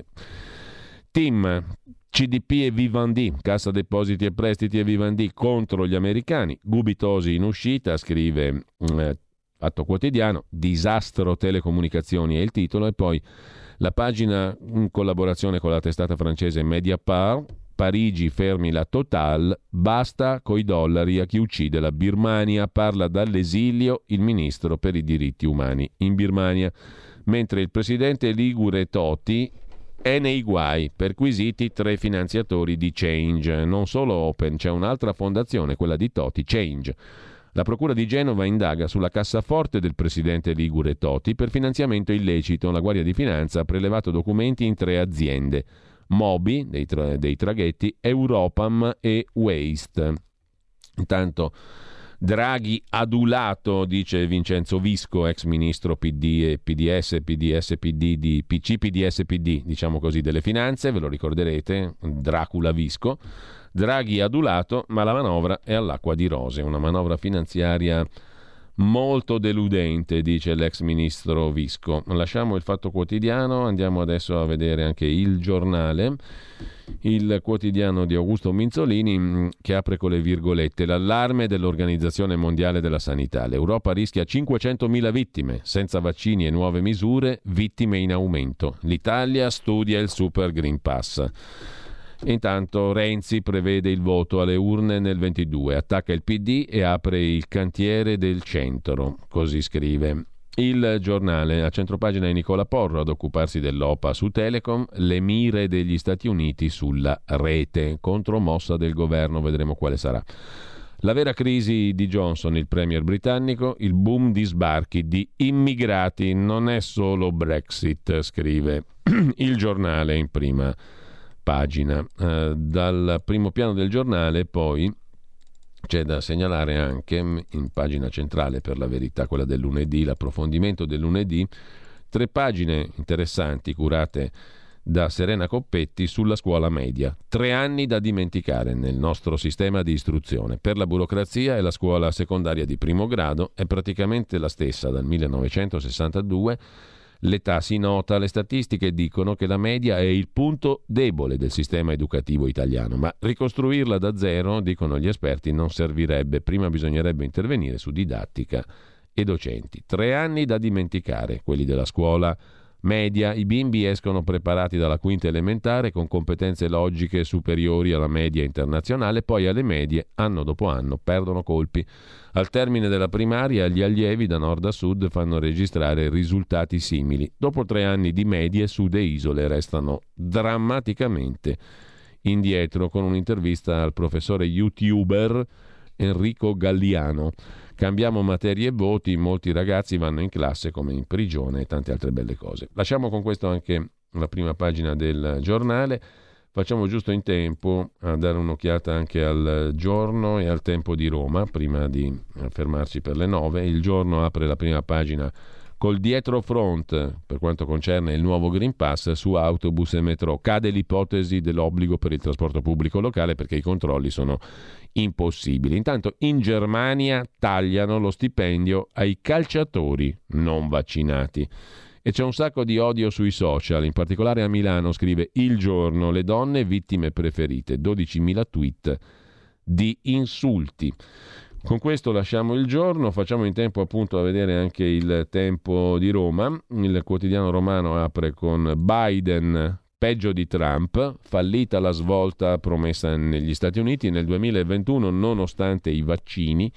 Team CDP e Vivendi, Cassa Depositi e Prestiti e Vivendi contro gli americani. Gubitosi in uscita, scrive Fatto Quotidiano. Disastro telecomunicazioni è il titolo, e poi la pagina in collaborazione con la testata francese Mediapart. Parigi fermi la Total, basta coi dollari a chi uccide la Birmania. Parla dall'esilio il ministro per i diritti umani in Birmania, mentre il presidente ligure Toti è nei guai, perquisiti 3 finanziatori di Change. Non solo Open, c'è un'altra fondazione, quella di Toti, Change. La procura di Genova indaga sulla cassaforte del presidente ligure Toti per finanziamento illecito. La Guardia di Finanza ha prelevato documenti in 3 aziende: Moby, dei traghetti, Europam e Waste. Intanto Draghi adulato, dice Vincenzo Visco, ex ministro PD e PDS, PD di PC, PDS, PD, diciamo così, delle finanze, ve lo ricorderete, Dracula Visco. Draghi adulato, ma la manovra è all'acqua di rose, una manovra finanziaria molto deludente, dice l'ex ministro Visco. Lasciamo il Fatto Quotidiano, andiamo adesso a vedere anche Il Giornale, il quotidiano di Augusto Minzolini, che apre con le virgolette: l'allarme dell'Organizzazione Mondiale della Sanità. L'Europa rischia 500.000 vittime, senza vaccini e nuove misure, vittime in aumento. L'Italia studia il Super Green Pass. Intanto Renzi prevede il voto alle urne nel 22, attacca il PD e apre il cantiere del centro, così scrive Il Giornale. A centropagina è Nicola Porro ad occuparsi dell'OPA su Telecom, le mire degli Stati Uniti sulla rete, contromossa del governo, vedremo quale sarà. La vera crisi di Johnson, il premier britannico, il boom di sbarchi di immigrati, non è solo Brexit, scrive Il Giornale in prima pagina. Dal primo piano del giornale poi c'è da segnalare anche in pagina centrale, per la verità quella del lunedì, l'approfondimento del lunedì, 3 pagine interessanti curate da Serena Coppetti sulla scuola media. 3 anni da dimenticare nel nostro sistema di istruzione. Per la burocrazia e la scuola secondaria di primo grado è praticamente la stessa dal 1962. L'età si nota, le statistiche dicono che la media è il punto debole del sistema educativo italiano, ma ricostruirla da zero, dicono gli esperti, non servirebbe. Prima bisognerebbe intervenire su didattica e docenti. 3 anni da dimenticare, quelli della scuola media. I bimbi escono preparati dalla quinta elementare con competenze logiche superiori alla media internazionale, poi alle medie, anno dopo anno, perdono colpi. Al termine della primaria gli allievi da nord a sud fanno registrare risultati simili. Dopo 3 anni di medie, sud e isole restano drammaticamente indietro, con un'intervista al professore youtuber Enrico Galliano. Cambiamo materie e voti, molti ragazzi vanno in classe come in prigione e tante altre belle cose. Lasciamo con questo anche la prima pagina del giornale. Facciamo giusto in tempo a dare un'occhiata anche al Giorno e al Tempo di Roma, prima di fermarci per le 9. Il Giorno apre la prima pagina col dietrofront per quanto concerne il nuovo Green Pass su autobus e metro. Cade l'ipotesi dell'obbligo per il trasporto pubblico locale perché i controlli sono impossibili. Intanto in Germania tagliano lo stipendio ai calciatori non vaccinati. E c'è un sacco di odio sui social, in particolare a Milano, scrive Il Giorno, le donne vittime preferite, 12.000 tweet di insulti. Con questo lasciamo Il Giorno, facciamo in tempo appunto a vedere anche il Tempo di Roma. Il quotidiano romano apre con Biden peggio di Trump, fallita la svolta promessa negli Stati Uniti nel 2021 nonostante i vaccini,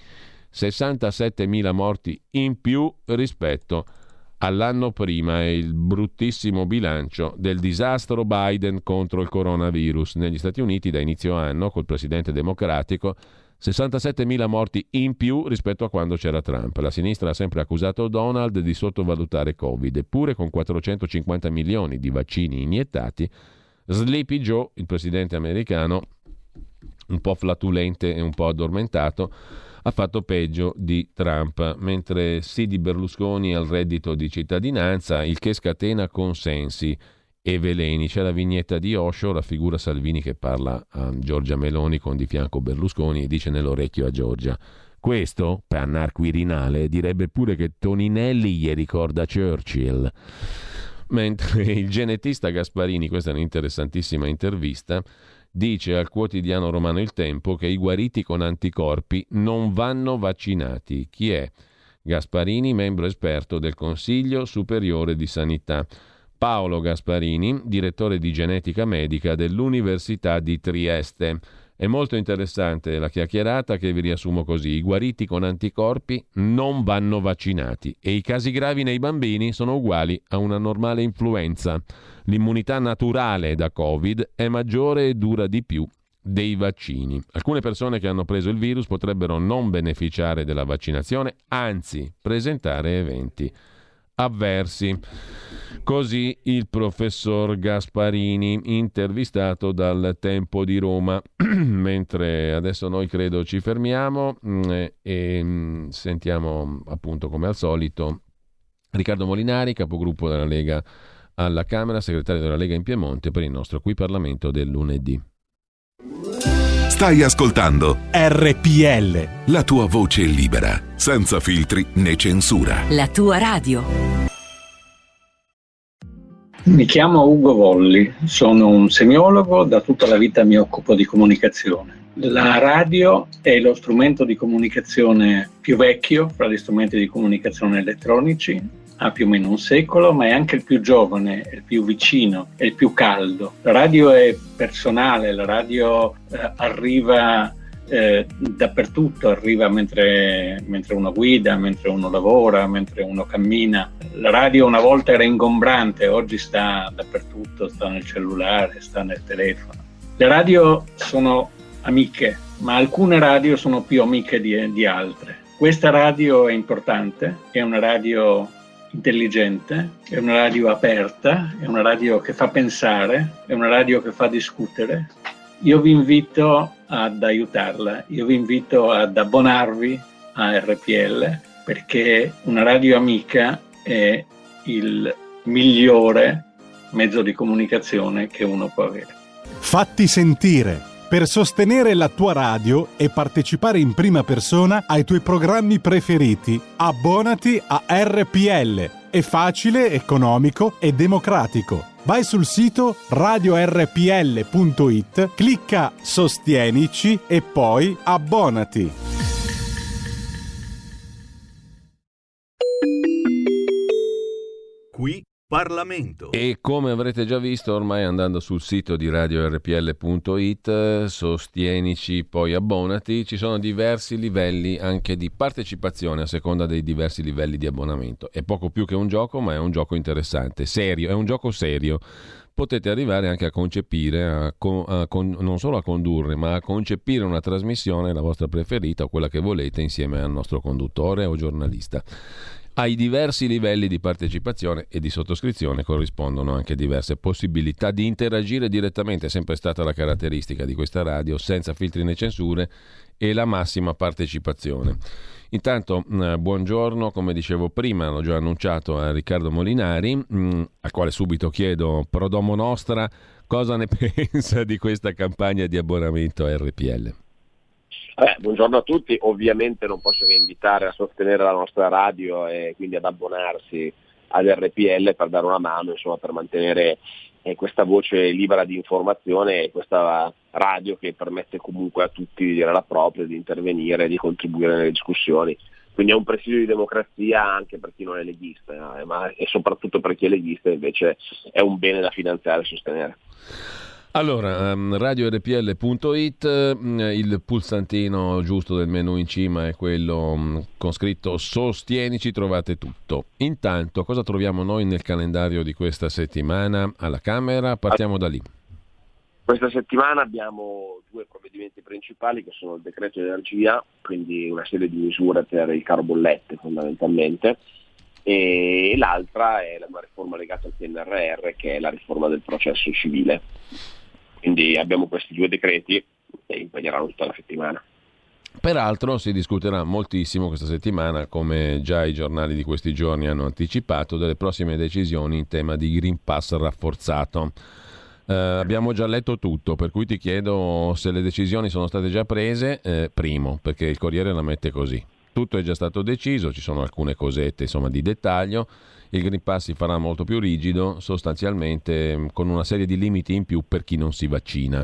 67.000 morti in più rispetto all'anno prima. È il bruttissimo bilancio del disastro Biden contro il coronavirus. Negli Stati Uniti da inizio anno, col presidente democratico, 67.000 morti in più rispetto a quando c'era Trump. La sinistra ha sempre accusato Donald di sottovalutare Covid, eppure con 450 milioni di vaccini iniettati, Sleepy Joe, il presidente americano, un po' flatulente e un po' addormentato, ha fatto peggio di Trump, mentre sì di Berlusconi al reddito di cittadinanza, il che scatena consensi e veleni. C'è la vignetta di Osho, raffigura Salvini che parla a Giorgia Meloni con di fianco Berlusconi e dice nell'orecchio a Giorgia: questo, Pannar Quirinale, direbbe pure che Toninelli gli ricorda Churchill. Mentre il genetista Gasparini, questa è un'interessantissima intervista, dice al quotidiano romano Il Tempo che i guariti con anticorpi non vanno vaccinati. Chi è? Gasparini, membro esperto del Consiglio Superiore di Sanità. Paolo Gasparini, direttore di genetica medica dell'Università di Trieste. È molto interessante la chiacchierata che vi riassumo così: i guariti con anticorpi non vanno vaccinati e i casi gravi nei bambini sono uguali a una normale influenza. L'immunità naturale da Covid è maggiore e dura di più dei vaccini. Alcune persone che hanno preso il virus potrebbero non beneficiare della vaccinazione, anzi presentare eventi avversi. Così il professor Gasparini, intervistato dal Tempo di Roma. Mentre adesso noi credo ci fermiamo e sentiamo appunto come al solito Riccardo Molinari, capogruppo della Lega alla Camera, segretario della Lega in Piemonte, per il nostro Qui Parlamento del lunedì. Stai ascoltando RPL, la tua voce libera, senza filtri né censura. La tua radio. Mi chiamo Ugo Volli, sono un semiologo, da tutta la vita mi occupo di comunicazione. La radio è lo strumento di comunicazione più vecchio fra gli strumenti di comunicazione elettronici, ha più o meno un secolo, ma è anche il più giovane, il più vicino, è il più caldo. La radio è personale, la radio arriva dappertutto, arriva mentre uno guida, mentre uno lavora, mentre uno cammina. La radio una volta era ingombrante, oggi sta dappertutto, sta nel cellulare, sta nel telefono. Le radio sono amiche, ma alcune radio sono più amiche di altre. Questa radio è importante, è una radio intelligente, è una radio aperta, è una radio che fa pensare, è una radio che fa discutere. Io vi invito ad aiutarla, io vi invito ad abbonarvi a RPL, perché una radio amica è il migliore mezzo di comunicazione che uno può avere. Fatti sentire. Per sostenere la tua radio e partecipare in prima persona ai tuoi programmi preferiti, abbonati a RPL. È facile, economico e democratico. Vai sul sito radiorpl.it, clicca Sostienici e poi abbonati. Qui Parlamento. E come avrete già visto, ormai andando sul sito di radiorpl.it, sostienici, poi abbonati, ci sono diversi livelli anche di partecipazione a seconda dei diversi livelli di abbonamento. È poco più che un gioco, ma è un gioco interessante, serio, è un gioco serio. Potete arrivare anche a concepire, non solo a condurre, ma a concepire una trasmissione, la vostra preferita o quella che volete, insieme al nostro conduttore o giornalista. Ai diversi livelli di partecipazione e di sottoscrizione corrispondono anche diverse possibilità di interagire direttamente, è sempre stata la caratteristica di questa radio, senza filtri né censure e la massima partecipazione. Intanto buongiorno, come dicevo prima, l'ho già annunciato a Riccardo Molinari, al quale subito chiedo pro domo nostra cosa ne pensa di questa campagna di abbonamento a RPL. Buongiorno a tutti, ovviamente non posso che invitare a sostenere la nostra radio e quindi ad abbonarsi ad RPL per dare una mano, insomma, per mantenere questa voce libera di informazione e questa radio che permette comunque a tutti di dire la propria, di intervenire, di contribuire nelle discussioni. Quindi è un presidio di democrazia anche per chi non è leghista, ma e soprattutto per chi è leghista invece è un bene da finanziare e sostenere. Allora, radiorpl.it, il pulsantino giusto del menu in cima è quello con scritto Sostienici, trovate tutto. Intanto, cosa troviamo noi nel calendario di questa settimana alla Camera? Partiamo da lì. Questa settimana abbiamo due provvedimenti principali che sono il decreto energia, quindi una serie di misure per il caro bollette fondamentalmente, e l'altra è una riforma legata al PNRR, che è la riforma del processo civile. Quindi abbiamo questi due decreti che impegneranno tutta la settimana. Peraltro si discuterà moltissimo questa settimana, come già i giornali di questi giorni hanno anticipato, delle prossime decisioni in tema di Green Pass rafforzato. Abbiamo già letto tutto, per cui ti chiedo se le decisioni sono state già prese, primo, perché il Corriere la mette così. Tutto è già stato deciso, ci sono alcune cosette insomma di dettaglio. Il Green Pass si farà molto più rigido, sostanzialmente con una serie di limiti in più per chi non si vaccina.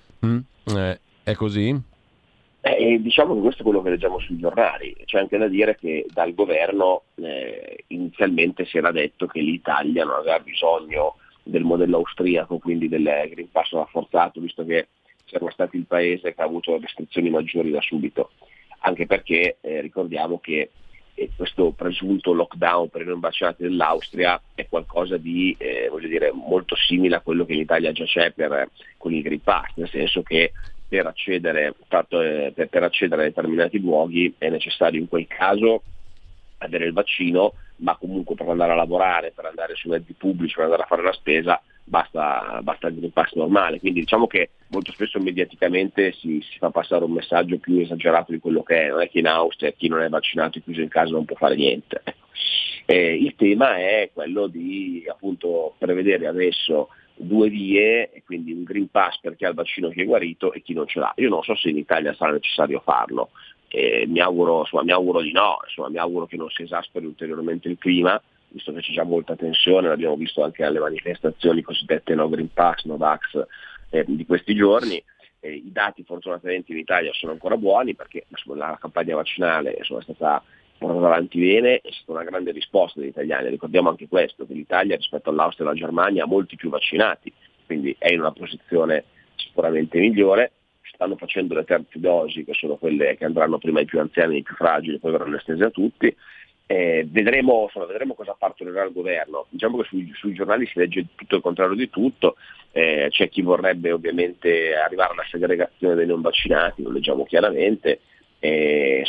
È così? Diciamo che questo è quello che leggiamo sui giornali. C'è anche da dire che dal governo inizialmente si era detto che l'Italia non aveva bisogno del modello austriaco, quindi del Green Pass rafforzato, visto che siamo stati il paese che ha avuto restrizioni maggiori da subito. Anche perché ricordiamo che questo presunto lockdown per i non vaccinati dell'Austria è qualcosa di molto simile a quello che in Italia già c'è con il Green Pass, nel senso che per accedere a determinati luoghi è necessario in quel caso avere il vaccino, ma comunque per andare a lavorare, per andare sui mezzi pubblici, per andare a fare la spesa basta il Green Pass normale. Quindi diciamo che molto spesso mediaticamente si fa passare un messaggio più esagerato di quello che è. Non è che in Austria chi non è vaccinato e chiuso in casa non può fare niente. Il tema è quello di appunto prevedere adesso due vie, e quindi un Green Pass per chi ha il vaccino, chi è guarito e chi non ce l'ha. Io non so se in Italia sarà necessario farlo, mi auguro di no, mi auguro che non si esasperi ulteriormente il clima, visto che c'è già molta tensione, l'abbiamo visto anche alle manifestazioni cosiddette no Green Pass, no Vax di questi giorni. I dati fortunatamente in Italia sono ancora buoni perché la campagna vaccinale è stata portata avanti bene, è stata una grande risposta degli italiani. Ricordiamo anche questo, che l'Italia rispetto all'Austria e alla Germania ha molti più vaccinati, quindi è in una posizione sicuramente migliore. Stanno facendo le terze dosi, che sono quelle che andranno prima ai più anziani e ai più fragili, poi verranno estese a tutti. Vedremo cosa partorirà il governo. Diciamo che sui giornali si legge tutto il contrario di tutto. C'è chi vorrebbe ovviamente arrivare alla segregazione dei non vaccinati, lo leggiamo chiaramente. C'è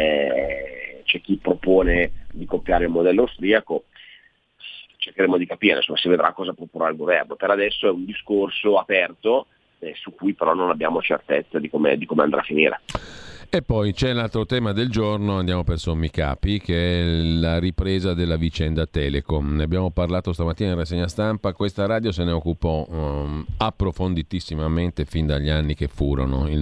chi propone di copiare il modello austriaco. Cercheremo di capire, si vedrà cosa proporrà il governo. Per adesso è un discorso aperto, su cui però non abbiamo certezza di come andrà a finire. E poi c'è l'altro tema del giorno, andiamo per sommi capi, che è la ripresa della vicenda Telecom. Ne abbiamo parlato stamattina in rassegna stampa, questa radio se ne occupò approfonditissimamente fin dagli anni che furono, il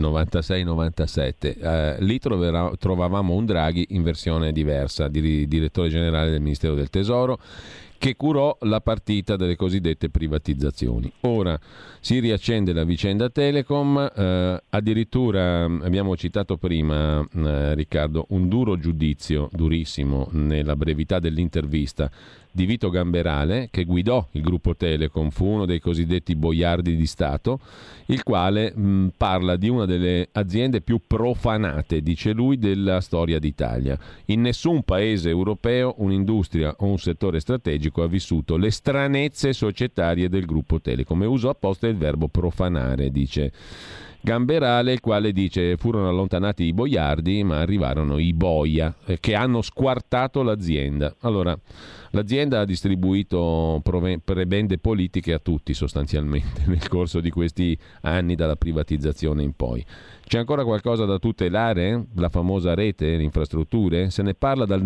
96-97. Lì trovavamo un Draghi in versione diversa, direttore generale del Ministero del Tesoro, che curò la partita delle cosiddette privatizzazioni. Ora si riaccende la vicenda Telecom, addirittura abbiamo citato prima, Riccardo, un duro giudizio, durissimo, nella brevità dell'intervista di Vito Gamberale, che guidò il gruppo Telecom, fu uno dei cosiddetti boiardi di Stato, il quale parla di una delle aziende più profanate, dice lui, della storia d'Italia. In nessun paese europeo un'industria o un settore strategico ha vissuto le stranezze societarie del gruppo Telecom, e uso apposta il verbo profanare, dice Gamberale, il quale dice: furono allontanati i boiardi ma arrivarono i boia, che hanno squartato l'azienda. Allora, l'azienda ha distribuito prebende politiche a tutti sostanzialmente nel corso di questi anni, dalla privatizzazione in poi. C'è ancora qualcosa da tutelare? La famosa rete, le infrastrutture? Se ne parla dal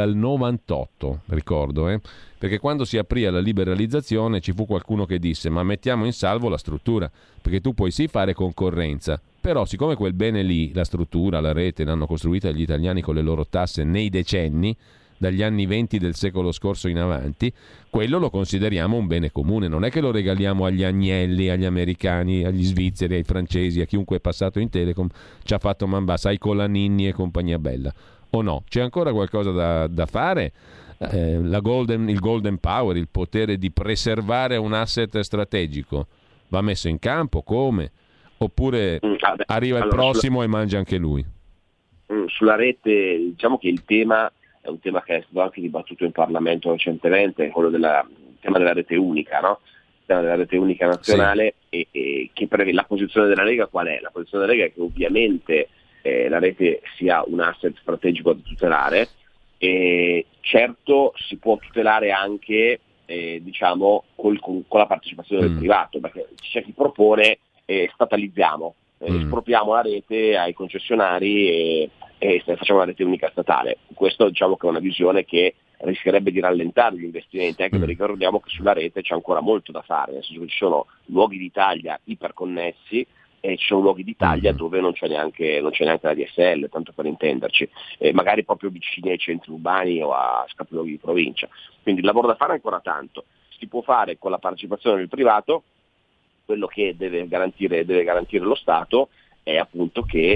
98, ricordo, perché quando si aprì alla liberalizzazione ci fu qualcuno che disse: ma mettiamo in salvo la struttura, perché tu puoi sì fare concorrenza, però siccome quel bene lì, la struttura, la rete, l'hanno costruita gli italiani con le loro tasse nei decenni, dagli anni 20 del secolo scorso in avanti, quello lo consideriamo un bene comune, non è che lo regaliamo agli Agnelli, agli americani, agli svizzeri, ai francesi, a chiunque è passato in Telecom, ci ha fatto man bassa, ai Colaninni e compagnia bella. O no? C'è ancora qualcosa da fare? Il golden power, il potere di preservare un asset strategico, va messo in campo? Come? Oppure arriva il prossimo e mangia anche lui? Sulla rete, diciamo che il tema è un tema che è stato anche dibattuto in Parlamento recentemente, quello il tema della rete unica, no? Il tema della rete unica nazionale, sì. e che la posizione della Lega qual è? La posizione della Lega è che ovviamente la rete sia un asset strategico da tutelare, e certo si può tutelare anche diciamo con la partecipazione del privato, perché c'è chi propone statalizziamo, espropriamo la rete ai concessionari e facciamo una rete unica statale. Questo diciamo che è una visione che rischierebbe di rallentare gli investimenti, anche perché ricordiamo che sulla rete c'è ancora molto da fare, nel senso che ci sono luoghi d'Italia iperconnessi e ci sono luoghi d'Italia dove non c'è neanche la DSL, tanto per intenderci, magari proprio vicini ai centri urbani o a capoluoghi di provincia. Quindi il lavoro da fare è ancora tanto, si può fare con la partecipazione del privato. Quello che deve garantire lo Stato è appunto che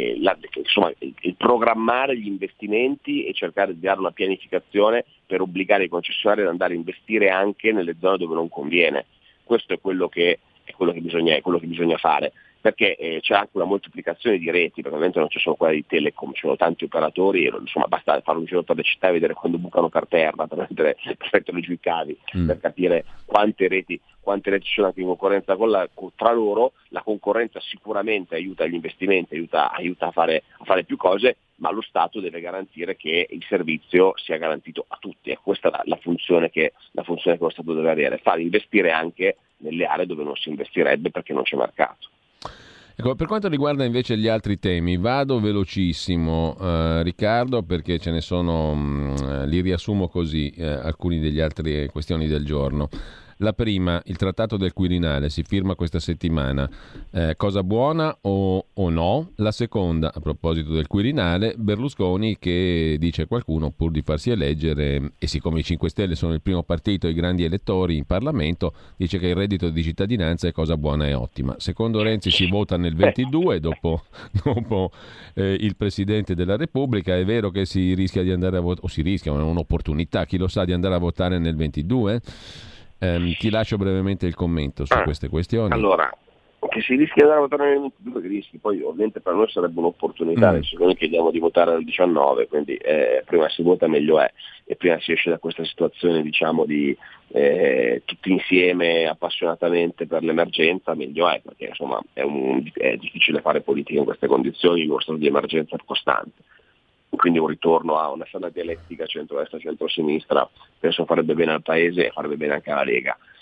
il programmare gli investimenti e cercare di dare una pianificazione per obbligare i concessionari ad andare a investire anche nelle zone dove non conviene. Questo è quello che bisogna fare, perché c'è anche una moltiplicazione di reti, perché ovviamente non c'è solo quella di Telecom, ci sono tanti operatori, e insomma basta fare un giro per le città e vedere quando bucano per terra per mettere giù i cavi, per capire quante reti ci sono anche in concorrenza tra loro. La concorrenza sicuramente aiuta gli investimenti, aiuta a fare più cose, ma lo Stato deve garantire che il servizio sia garantito a tutti, e questa è la funzione che lo Stato deve avere, fare investire anche nelle aree dove non si investirebbe perché non c'è mercato. Ecco, per quanto riguarda invece gli altri temi, vado velocissimo, Riccardo, perché ce ne sono, li riassumo così, alcuni degli altri questioni del giorno. La prima, il trattato del Quirinale, si firma questa settimana, cosa buona o no? La seconda, a proposito del Quirinale, Berlusconi che dice qualcuno, pur di farsi eleggere, e siccome i 5 Stelle sono il primo partito e i grandi elettori in Parlamento, dice che il reddito di cittadinanza è cosa buona e ottima. Secondo Renzi si vota nel 22 dopo il Presidente della Repubblica. È vero che si rischia di andare a votare, o si rischia, è un'opportunità, chi lo sa, di andare a votare nel 22? Ti lascio brevemente il commento su queste questioni. Allora, che si rischia di andare a votare nel 22, che rischi, poi ovviamente per noi sarebbe un'opportunità, adesso noi chiediamo di votare nel 19, quindi prima si vota meglio è, e prima si esce da questa situazione, diciamo, di tutti insieme appassionatamente per l'emergenza, meglio è, perché insomma è difficile fare politica in queste condizioni, in uno stato di emergenza costante. Quindi un ritorno a una sana dialettica centro-destra, centro-sinistra penso farebbe bene al Paese e farebbe bene anche alla Lega.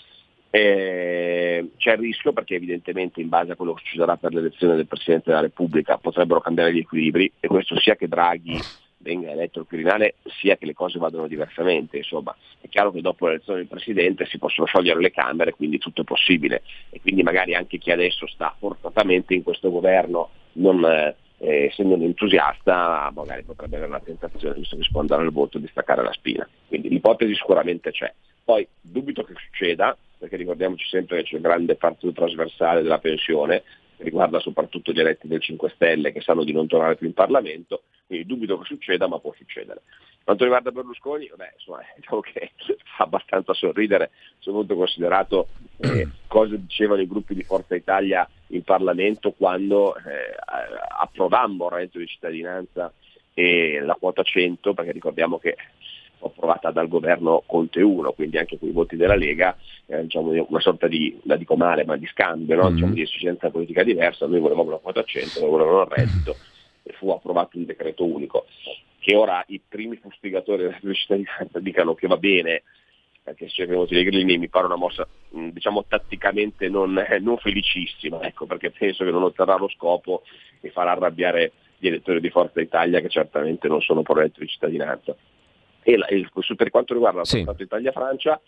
C'è il rischio, perché evidentemente in base a quello che succederà per l'elezione del Presidente della Repubblica potrebbero cambiare gli equilibri, e questo sia che Draghi venga eletto al Quirinale sia che le cose vadano diversamente. Insomma, è chiaro che dopo l'elezione del Presidente si possono sciogliere le Camere, quindi tutto è possibile, e quindi magari anche chi adesso sta forzatamente in questo governo, non essendo un entusiasta, magari potrebbe avere la tentazione, visto che si può andare al voto, di staccare la spina. Quindi l'ipotesi sicuramente c'è. Poi dubito che succeda, perché ricordiamoci sempre che c'è il grande partito trasversale della pensione, che riguarda soprattutto gli eletti del 5 Stelle che sanno di non tornare più in Parlamento, quindi dubito che succeda, ma può succedere. Quanto riguarda Berlusconi, diciamo che fa abbastanza sorridere, soprattutto considerato cosa dicevano i gruppi di Forza Italia in Parlamento quando approvammo il reddito di cittadinanza e la quota 100, perché ricordiamo che fu approvata dal governo Conte 1, quindi anche con i voti della Lega, diciamo una sorta di, la dico male, ma di scambio, no? Diciamo di esigenza politica diversa. Noi volevamo una quota 100, loro volevano il reddito, e fu approvato un decreto unico, che ora i primi fustigatori della cittadinanza dicano che va bene, perché se venuti dei grillini mi pare una mossa diciamo tatticamente non felicissima, ecco, perché penso che non otterrà lo scopo e farà arrabbiare gli elettori di Forza Italia, che certamente non sono pro reddito di cittadinanza. E per quanto riguarda il Trattato Italia-Francia,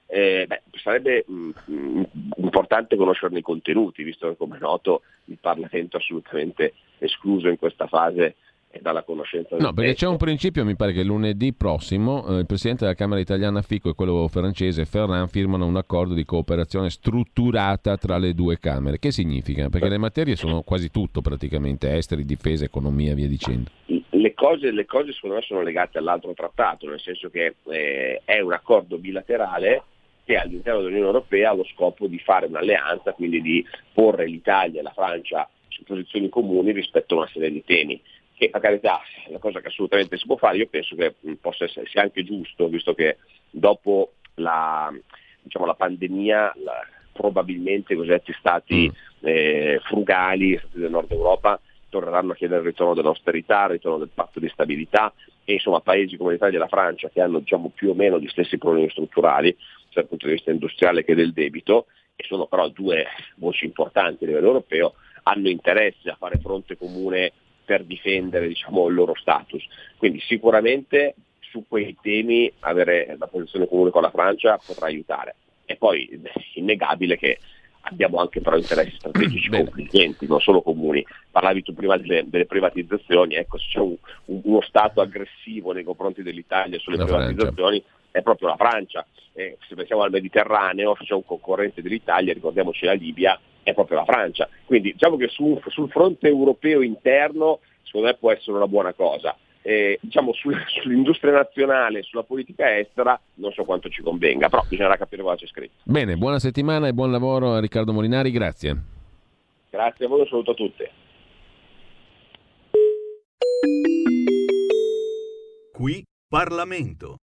sarebbe importante conoscerne i contenuti, visto che, come è noto, il Parlamento è assolutamente escluso in questa fase dalla conoscenza del perché c'è un principio, mi pare che lunedì prossimo il Presidente della Camera italiana Fico e quello francese Ferrand firmano un accordo di cooperazione strutturata tra le due Camere. Che significa? Perché le materie sono quasi tutto praticamente, esteri, difesa, economia, via dicendo. Le cose secondo me sono legate all'altro trattato, nel senso che è un accordo bilaterale che all'interno dell'Unione Europea ha lo scopo di fare un'alleanza, quindi di porre l'Italia e la Francia su posizioni comuni rispetto a una serie di temi, che per carità è una cosa che assolutamente si può fare. Io penso che possa sia anche giusto, visto che dopo la pandemia probabilmente i cosiddetti stati frugali, stati del nord Europa, torneranno a chiedere il ritorno dell'austerità, il ritorno del patto di stabilità, e insomma paesi come l'Italia e la Francia, che hanno più o meno gli stessi problemi strutturali sia dal punto di vista industriale che del debito, e sono però due voci importanti a livello europeo, hanno interesse a fare fronte comune per difendere il loro status. Quindi sicuramente su quei temi avere la posizione comune con la Francia potrà aiutare. E poi è innegabile che abbiamo anche però interessi strategici confliggenti, non solo comuni. Parlavi tu prima delle privatizzazioni, ecco, se c'è uno Stato aggressivo nei confronti dell'Italia sulle privatizzazioni è proprio la Francia. Se pensiamo al Mediterraneo, se c'è un concorrente dell'Italia, ricordiamoci la Libia, è proprio la Francia. Quindi diciamo che sul fronte europeo interno secondo me può essere una buona cosa. Sull'industria nazionale, sulla politica estera non so quanto ci convenga, però bisognerà capire cosa c'è scritto. Bene, buona settimana e buon lavoro a Riccardo Molinari, grazie. Grazie a voi, un saluto a tutti. Qui Parlamento.